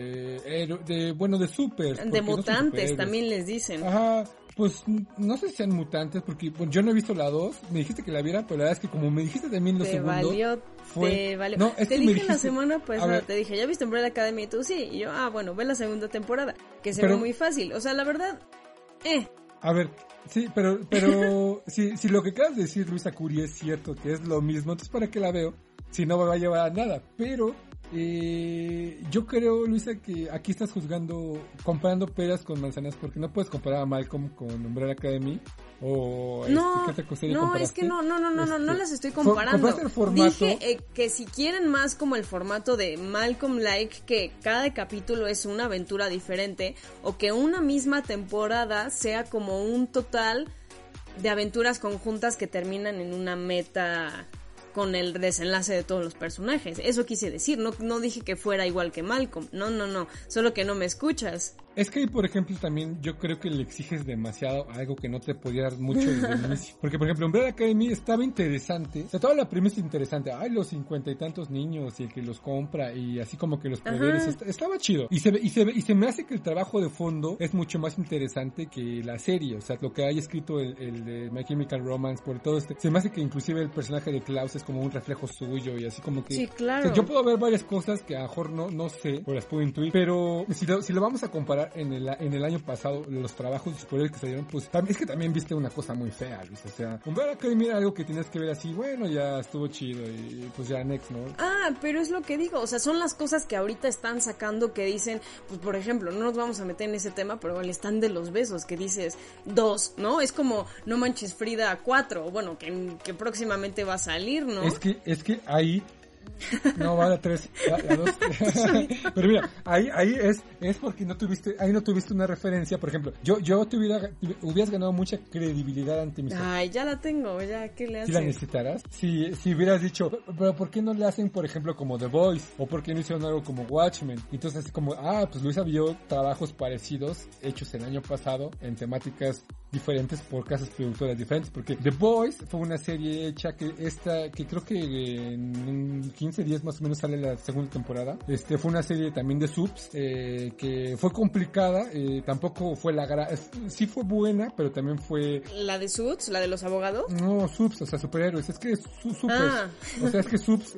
de supers? De mutantes, también les dicen. Ajá, pues no sé si sean mutantes, porque yo no he visto la 2, me dijiste que la viera, pero la verdad es que como me dijiste también lo segundo... Te valió. No, te dije la semana pasada, te dije, ¿ya viste Umbrella Academy? Y tú sí, y yo, bueno, ve la segunda temporada, que se ve muy fácil, o sea, la verdad, A ver, sí, pero si lo que acabas de decir, Luisa Curi, es cierto que es lo mismo, entonces ¿para qué la veo? Si no me va a llevar a nada, pero yo creo, Luisa, que aquí estás comparando peras con manzanas, porque no puedes comparar a Malcolm con Umbrella Academy o ¿qué otra cosa no, es que no las estoy comparando. El formato. Dije que si quieren más como el formato de Malcolm like, que cada capítulo es una aventura diferente, o que una misma temporada sea como un total de aventuras conjuntas que terminan en una meta con el desenlace de todos los personajes. Eso quise decir, no dije que fuera igual que Malcolm, no, solo que no me escuchas. Es que, por ejemplo, también yo creo que le exiges demasiado a algo que no te podía dar mucho desde el inicio. Porque, por ejemplo, Umbrella Academy estaba interesante. O sea, toda la premisa interesante. Los 50 y tantos niños y el que los compra y así como que los poderes. Estaba chido. Y se me hace que el trabajo de fondo es mucho más interesante que la serie. O sea, lo que haya escrito el de My Chemical Romance, por todo se me hace que inclusive el personaje de Klaus es como un reflejo suyo y así como que... Sí, claro. O sea, yo puedo ver varias cosas que a lo mejor no sé o las puedo intuir, pero si lo vamos a comparar en el año pasado, los trabajos superiores que salieron, pues es que también viste una cosa muy fea, Luis. O sea, Umbrella Academy era algo que tienes que ver así, bueno, ya estuvo chido y pues ya next, ¿no? Pero es lo que digo, o sea, son las cosas que ahorita están sacando que dicen, pues por ejemplo, no nos vamos a meter en ese tema, pero el stand de los besos, que dices 2, ¿no? Es como No Manches Frida 4, bueno, que próximamente va a salir, ¿no? Es que ahí... No, va la 3, la 2. Pero mira, ahí es porque no tuviste una referencia. Por ejemplo, yo hubieras ganado mucha credibilidad ante mis... Ay, ya la tengo, ya, ¿qué le haces? Si la necesitaras, si hubieras dicho, pero ¿por qué no le hacen, por ejemplo, como The Voice? ¿O por qué no hicieron algo como Watchmen? Entonces, así como, pues Luisa vio trabajos parecidos hechos el año pasado en temáticas diferentes por casas productoras diferentes, porque The Boys fue una serie hecha que creo que en 15 días más o menos sale la segunda temporada. Fue una serie también de Suits, que fue complicada, tampoco fue sí fue buena, pero también fue... ¿La de Suits? ¿La de los abogados? No, Suits, o sea, superhéroes, es que es super, o sea, es que Suits,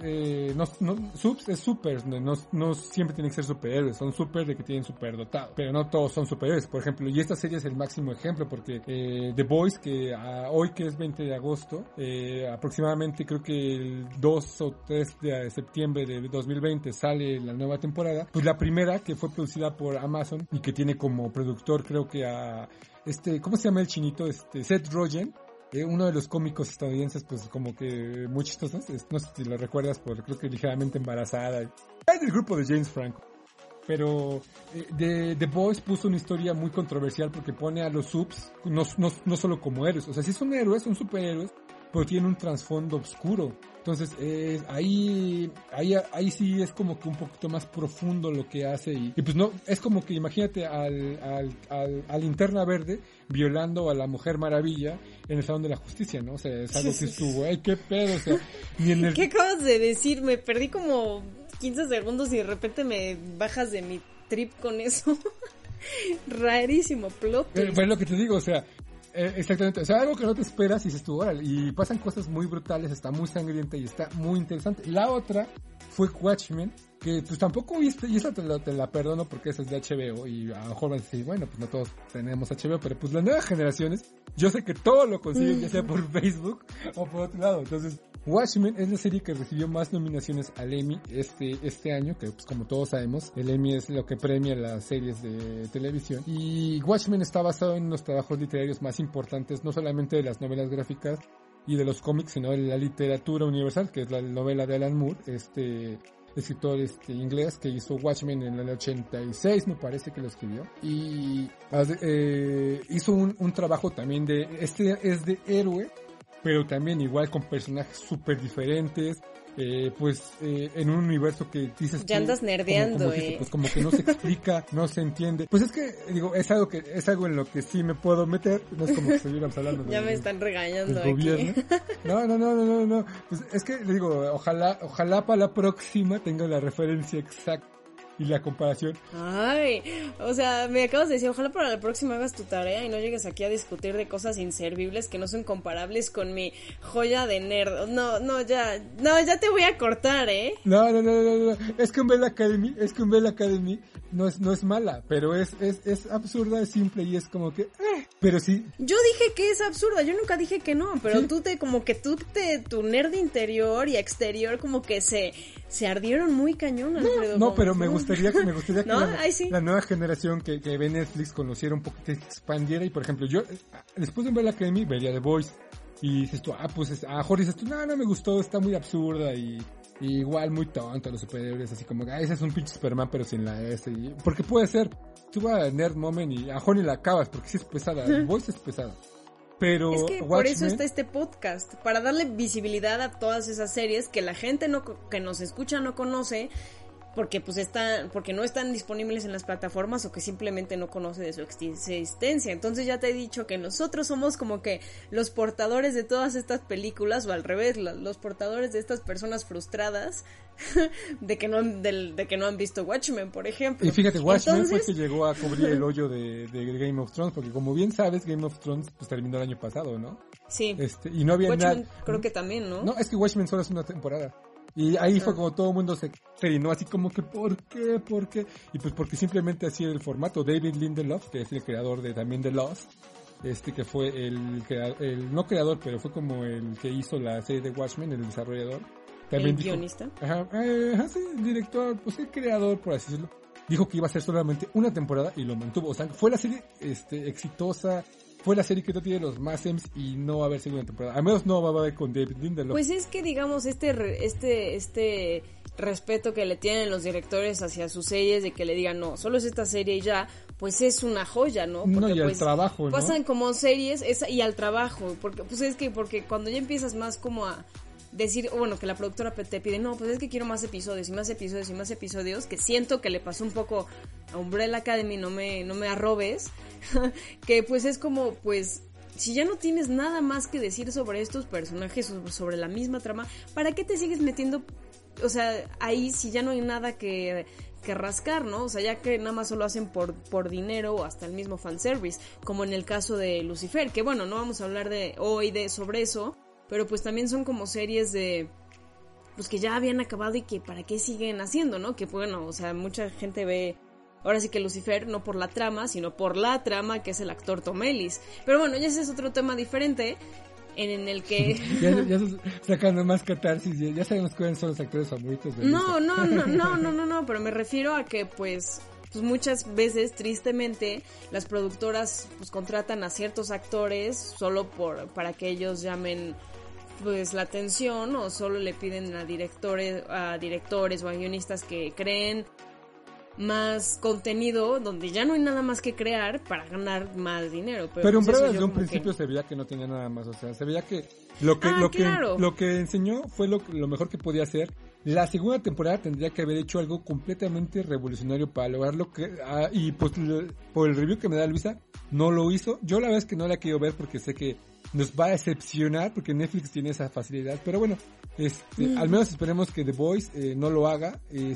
Suits es super, no siempre tienen que ser superhéroes, son super de que tienen superdotado, pero no todos son superhéroes, por ejemplo, y esta serie es el máximo ejemplo, porque The Boys, que hoy que es 20 de agosto, aproximadamente creo que el 2 o 3 de septiembre de 2020 sale la nueva temporada, pues la primera que fue producida por Amazon y que tiene como productor creo que a ¿cómo se llama el chinito? Seth Rogen, uno de los cómicos estadounidenses, pues como que muy chistosos, no sé si lo recuerdas por creo que ligeramente embarazada, es del grupo de James Franco. Pero The Boys puso una historia muy controversial porque pone a los subs no solo como héroes, o sea, sí son héroes, son superhéroes, pero tienen un trasfondo oscuro. Entonces ahí sí es como que un poquito más profundo lo que hace y pues no, es como que imagínate al Linterna Verde violando a la Mujer Maravilla en el Salón de la Justicia, ¿no? O sea, es algo que estuvo, qué pedo, o sea, ni en el... ¿Qué acabas de decir? Me perdí como 15 segundos y de repente me bajas de mi trip con eso. Rarísimo, plot twist. Pero es lo que te digo, o sea, exactamente, o sea, algo que no te esperas y dices tú, órale, y pasan cosas muy brutales, está muy sangrienta y está muy interesante. La otra fue Watchmen, que pues tampoco viste, y esa te la perdono porque esa es de HBO, y a lo mejor vas a decir, bueno, pues no todos tenemos HBO, pero pues las nuevas generaciones, yo sé que todo lo consiguen, ya sea por Facebook o por otro lado. Entonces, Watchmen es la serie que recibió más nominaciones al Emmy este año, que pues como todos sabemos, el Emmy es lo que premia las series de televisión, y Watchmen está basado en los trabajos literarios más importantes, no solamente de las novelas gráficas y de los cómics, sino de la literatura universal, que es la novela de Alan Moore, escritor inglés que hizo Watchmen en el 86, me parece que lo escribió, y hizo un trabajo también es de héroe, pero también igual con personajes súper diferentes, en un universo que dices ya andas nerdeando, pues como que no se explica, no se entiende. Pues es que, digo, es algo en lo que sí me puedo meter, no es como que estuviéramos hablando ya me están regañando aquí. Gobierno. No, pues es que, le digo, ojalá para la próxima tenga la referencia exacta y la comparación. Ay, o sea, me acabas de decir, ojalá para la próxima hagas tu tarea y no llegues aquí a discutir de cosas inservibles que no son comparables con mi joya de nerd. No, ya te voy a cortar, No, es que Umbrella Academy no es mala, pero es absurda, es simple y es como que, pero sí. Yo dije que es absurda, yo nunca dije que no, pero ¿sí? Tu nerd interior y exterior como que se ardieron muy cañón, Alfredo. No, pero me gustaría que ¿no? la nueva generación que ve Netflix conociera un poco, que expandiera, y por ejemplo, yo después de Umbrella Academy vería The Boys y dices tú, Jorge dices tú, no me gustó, está muy absurda y igual muy tonto los superhéroes, así como, ese es un pinche Superman pero sin la S, porque puede ser, tú vas a Nerd Moment y a Jorge la acabas porque sí es pesada, The Boys es pesada. Pero es que por eso está este podcast, para darle visibilidad a todas esas series que la gente que nos escucha no conoce, porque porque no están disponibles en las plataformas o que simplemente no conoce de su existencia. Entonces ya te he dicho que nosotros somos como que los portadores de todas estas películas, o al revés, los portadores de estas personas frustradas de que no han visto Watchmen, por ejemplo. Y fíjate, Watchmen fue que llegó a cubrir el hoyo de Game of Thrones, porque como bien sabes, Game of Thrones pues terminó el año pasado, ¿no? Sí. Y no había Watchmen creo que también, ¿no? No, es que Watchmen solo es una temporada. Y ahí fue como todo el mundo se llenó así como que ¿por qué? Y pues porque simplemente así era el formato. David Lindelof, que es el creador también de Lost, que fue no creador, pero fue como el que hizo la serie de Watchmen, el desarrollador. También ¿El guionista? Sí, el director, pues el creador, por así decirlo. Dijo que iba a ser solamente una temporada y lo mantuvo. O sea, fue la serie exitosa. Fue la serie que no tiene los más M's y no va a haber segunda temporada. Al menos no va a haber con David Lindelof. Pues es que, digamos, este respeto que le tienen los directores hacia sus series, de que le digan, no, solo es esta serie y ya, pues es una joya, ¿no? Porque, no, y pues, al trabajo, ¿no? Pasan como series y al trabajo, porque cuando ya empiezas más como decir, bueno, que la productora te pide, no, pues es que quiero más episodios y más episodios y más episodios, que siento que le pasó un poco a Umbrella Academy, no me arrobes, que pues es como, pues, si ya no tienes nada más que decir sobre estos personajes, sobre la misma trama, ¿para qué te sigues metiendo, o sea, ahí si ya no hay nada que rascar, ¿no? O sea, ya que nada más solo hacen por dinero o hasta el mismo fanservice, como en el caso de Lucifer, que bueno, no vamos a hablar sobre eso, pero pues también son como series de pues que ya habían acabado y que para qué siguen haciendo, ¿no? Que bueno, o sea, mucha gente ve ahora sí que Lucifer no por la trama, sino por la trama que es el actor Tom Ellis. Pero bueno, ya ese es otro tema diferente en el que ya sacando más catarsis, ya sabemos cuáles son los actores favoritos de no, pero me refiero a que pues muchas veces, tristemente, las productoras pues contratan a ciertos actores solo para que ellos llamen pues la atención, o solo le piden a directores o a guionistas que creen más contenido donde ya no hay nada más que crear para ganar más dinero. Pero Umbrella desde un principio se veía que no tenía nada más, o sea, se veía que lo que enseñó fue lo mejor que podía hacer. La segunda temporada tendría que haber hecho algo completamente revolucionario para lograrlo, y pues por el review que me da Luisa, no lo hizo. Yo la verdad es que no la quiero ver porque sé que nos va a decepcionar, porque Netflix tiene esa facilidad, pero bueno, al menos esperemos que The Voice no lo haga,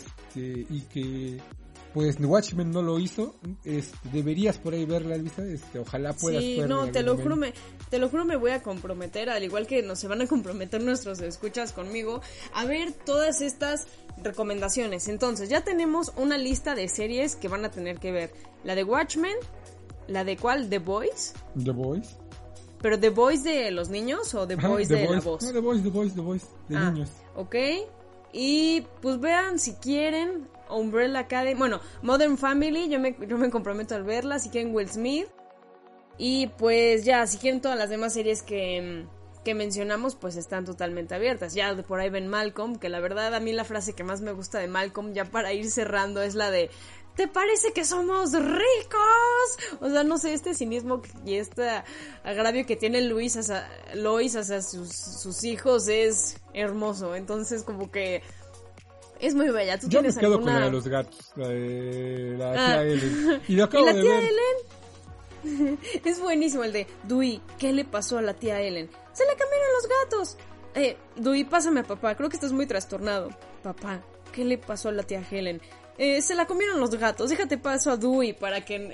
y que pues Watchmen no lo hizo. Deberías por ahí verla, Luisa, ojalá puedas. Sí, no, te lo juro me voy a comprometer, al igual que se van a comprometer nuestros escuchas conmigo, a ver todas estas recomendaciones. Entonces, ya tenemos una lista de series que van a tener que ver. La de Watchmen, la de ¿cuál? The Voice. The Voice. ¿Pero The Voice de los niños o The Voice de la voz? No, The Voice, de niños. Ok, y pues vean si quieren Umbrella Academy, bueno, Modern Family, yo me comprometo al verla, si quieren Will Smith, y pues ya, si quieren todas las demás series que mencionamos, pues están totalmente abiertas. Ya por ahí ven Malcolm, que la verdad a mí la frase que más me gusta de Malcolm, ya para ir cerrando, es la de ¿te parece que somos ricos? O sea, no sé, este cinismo y este agravio que tiene Lois hacia sus hijos es hermoso. Entonces, como que es muy bella. Yo me quedo con la de los gatos, la de la tía Ellen. Y lo acabo ¿Y la de tía ver. Ellen? Es buenísimo el de Dewey, ¿qué le pasó a la tía Ellen? ¡Se le cambiaron los gatos! Dewey, pásame a papá, creo que estás muy trastornado. Papá, ¿qué le pasó a la tía Helen? Se la comieron los gatos, déjate paso a Dewey para que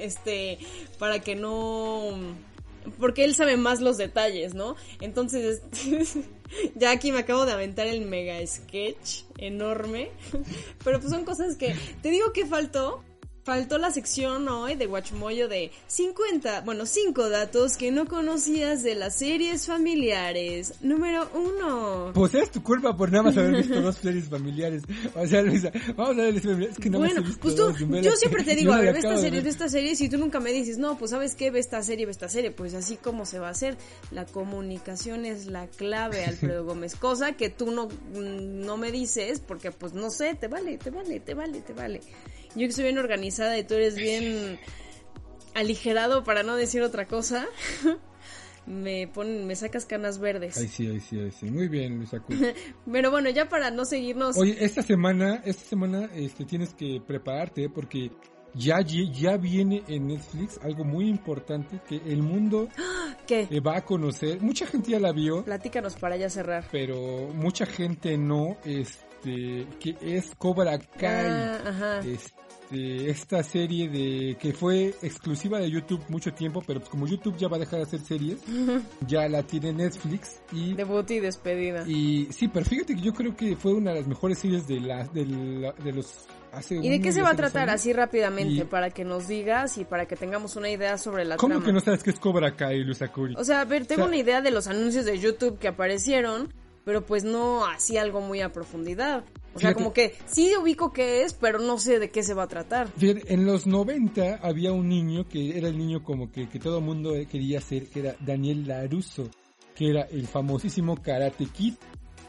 no, porque él sabe más los detalles, ¿no? Entonces, ya aquí me acabo de aventar el mega sketch enorme, pero pues son cosas que, te digo que faltó la sección hoy de Watchmoyo de 5 datos que no conocías de las series familiares. Número 1. Pues es tu culpa por nada más haber visto 2 series familiares. O sea, Luisa, vamos a ver las familiares. Es que no bueno, he visto pues yo siempre te digo, a ver, ve esta serie, si tú nunca me dices, no, pues ¿sabes qué? Ve esta serie, pues así como se va a hacer. La comunicación es la clave, Alfredo Gómez, cosa que tú no me dices, porque pues no sé, te vale. Yo que soy bien organizada y tú eres bien aligerado, para no decir otra cosa, me sacas canas verdes. Ay, sí. Muy bien, Luisa. Pero bueno, ya para no seguirnos. Oye, esta semana tienes que prepararte porque ya viene en Netflix algo muy importante que el mundo ¿qué? Va a conocer. Mucha gente ya la vio. Platícanos para ya cerrar. Pero mucha gente no, que es Cobra Kai. Ajá. Esta serie que fue exclusiva de YouTube mucho tiempo, pero pues como YouTube ya va a dejar de hacer series, ya la tiene Netflix y debut y despedida. Y sí, pero fíjate que yo creo que fue una de las mejores series de los hace. ¿Y de qué se va a tratar así rápidamente para que nos digas y para que tengamos una idea sobre la trama? ¿Cómo que no sabes qué es Cobra Kai, Luisa Curi? O sea, a ver, tengo una idea de los anuncios de YouTube que aparecieron, pero pues no así algo muy a profundidad. O sea, como que sí ubico qué es, pero no sé de qué se va a tratar. Fíjate, en los 90 había un niño que era el niño como que todo el mundo quería ser, que era Daniel LaRusso, que era el famosísimo Karate Kid.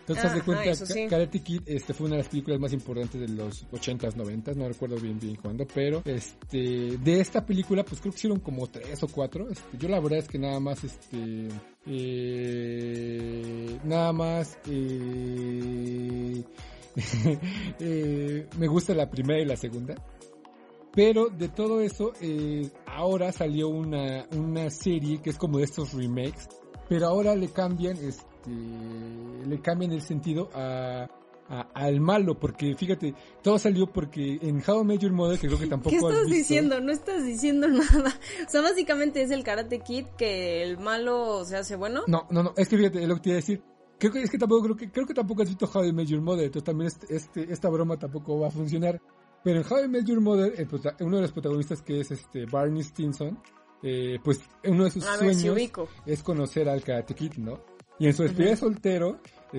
Entonces, haz de cuenta, eso sí. Karate Kid fue una de las películas más importantes de los 80s, 90s, no recuerdo bien cuándo, pero de esta película, pues creo que hicieron como 3 o 4. Yo la verdad es que nada más, me gusta la primera y la segunda. Pero de todo eso, ahora salió una serie que es como de estos remakes, pero ahora le cambian el sentido al malo, porque fíjate, todo salió porque en How I Met Your Mother, que creo que tampoco ¿Qué estás has visto, diciendo? No estás diciendo nada. O sea, básicamente es el Karate Kid que el malo se hace bueno. No, es que fíjate, es lo que te iba a decir. Creo que tampoco has visto How I Met Your Mother, entonces también esta broma tampoco va a funcionar. Pero en How I Met Your Mother, uno de los protagonistas, que es Barney Stinson, pues uno de sus sueños es conocer al Karate Kid, ¿no? Y en su despedida de soltero,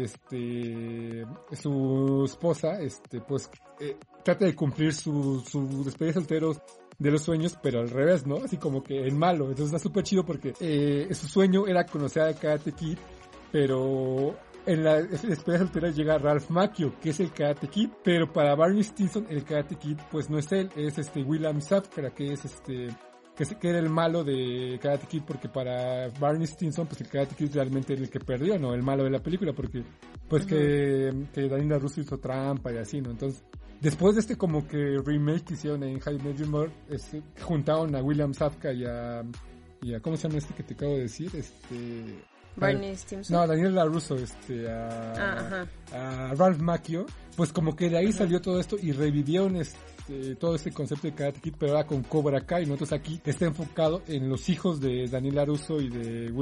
su esposa, pues trata de cumplir su despedida de solteros de los sueños, pero al revés, ¿no? Así como que en malo. Entonces está súper chido porque su sueño era conocer al Karate Kid, pero en la despedida soltera llega Ralph Macchio, que es el Karate Kid, pero para Barney Stinson el Karate Kid pues no es él, es William Safka, que es que era el malo de Karate Kid, porque para Barney Stinson pues el Karate Kid realmente era el que perdió, no el malo de la película, porque pues que Daniel LaRusso hizo trampa y así, ¿no? Entonces después de como que remake que hicieron en How I Met Your Mother, juntaron a William Safka y a ¿cómo se llama que te acabo de decir? Barney Stinson. No, Daniel LaRusso, a Ralph Macchio, pues como que de ahí salió todo esto y revivieron todo ese concepto de Karate Kid, pero ahora con Cobra Kai, ¿no? Entonces aquí está enfocado en los hijos de Daniel LaRusso y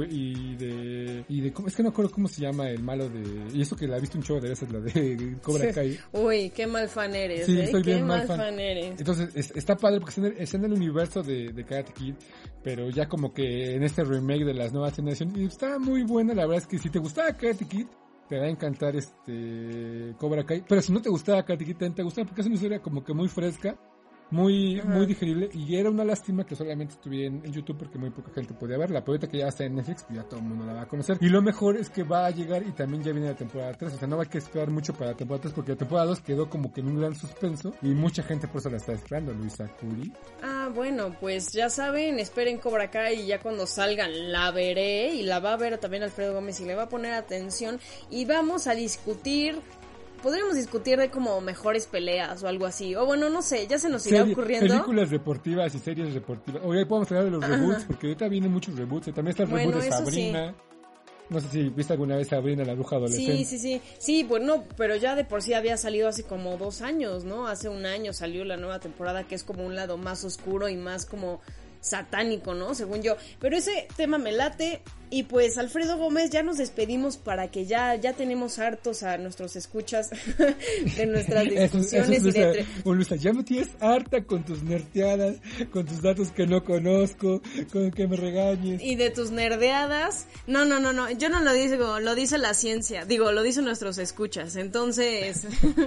de es que no acuerdo cómo se llama el malo y eso que la he visto un show de veces, la de Cobra Kai. Uy, qué mal fan eres, sí, soy qué bien mal fan eres. Entonces está padre porque está en el universo de Karate Kid, pero ya como que en este remake de las nuevas generaciones, y está muy buena. La verdad es que si te gustaba Karate Kid, te va a encantar Cobra Kai, pero si no te gustaba Karate Kid, también te gustaba, porque es una historia como que muy fresca, muy digerible, y era una lástima que solamente estuviera en YouTube porque muy poca gente podía verla, pero ahorita que ya está en Netflix, pues ya todo el mundo la va a conocer, y lo mejor es que va a llegar y también ya viene la temporada 3, o sea, no va a que esperar mucho para la temporada 3 porque la temporada 2 quedó como que en un gran suspenso y mucha gente por eso la está esperando. Luisa Curi. Bueno, pues ya saben, esperen Cobra Kai y ya cuando salgan la veré, y la va a ver también Alfredo Gómez y le va a poner atención, y vamos a discutir. Podríamos discutir de como mejores peleas o algo así. O bueno, no sé, ya se nos irá ocurriendo. Películas deportivas y series deportivas. Hoy podemos hablar de los reboots, porque ahorita vienen muchos reboots. También está el reboot de Sabrina. Sí. No sé si viste alguna vez Sabrina, la bruja adolescente. Sí, bueno, pero ya de por sí había salido hace como 2 años, ¿no? Hace 1 año salió la nueva temporada, que es como un lado más oscuro y más como satánico, ¿no? Según yo. Pero ese tema me late. Y pues Alfredo Gómez, ya nos despedimos para que ya tenemos hartos a nuestros escuchas de nuestras discusiones. Luisa, ya me tienes harta con tus nerdeadas, con tus datos que no conozco, con que me regañes. Y de tus nerdeadas. No, yo no lo digo, lo dice la ciencia. Digo, lo dicen nuestros escuchas. Entonces,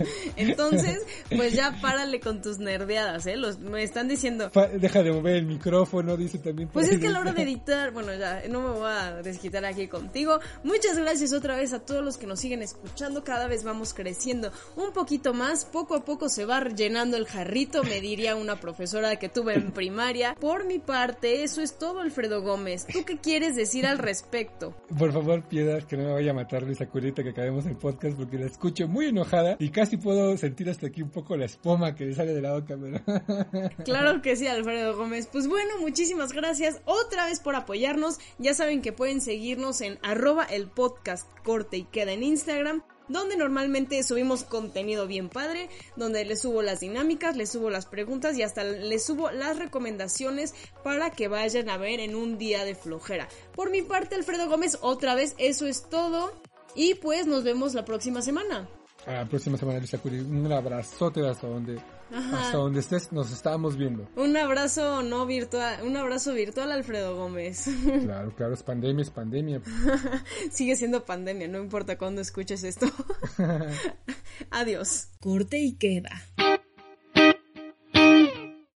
pues ya párale con tus nerdeadas, me están diciendo. Deja de mover el micrófono, dice también. Pues es que a la hora de editar, bueno, ya, no me voy a desquitar aquí contigo. Muchas gracias otra vez a todos los que nos siguen escuchando. Cada vez vamos creciendo un poquito más, poco a poco se va llenando el jarrito, me diría una profesora que tuve en primaria. Por mi parte, eso es todo, Alfredo Gómez. ¿Tú qué quieres decir al respecto? Por favor, Piedad, que no me vaya a matar Luisa Curita, que acabemos el podcast, porque la escucho muy enojada y casi puedo sentir hasta aquí un poco la espuma que le sale de la boca, pero... Claro que sí, Alfredo Gómez. Pues bueno, muchísimas gracias otra vez por apoyarnos. Ya saben que pueden seguirnos en @elpodcast corte y queda en Instagram, donde normalmente subimos contenido bien padre, donde les subo las dinámicas, les subo las preguntas y hasta les subo las recomendaciones para que vayan a ver en un día de flojera. Por mi parte, Alfredo Gómez, otra vez eso es todo y pues nos vemos la próxima semana. A la próxima semana, Luisa Curi. Un abrazote hasta donde estés, nos estábamos viendo. Un abrazo no virtual, un abrazo virtual, Alfredo Gómez. Claro, es pandemia. Sigue siendo pandemia, no importa cuándo escuches esto. Adiós. Corte y queda.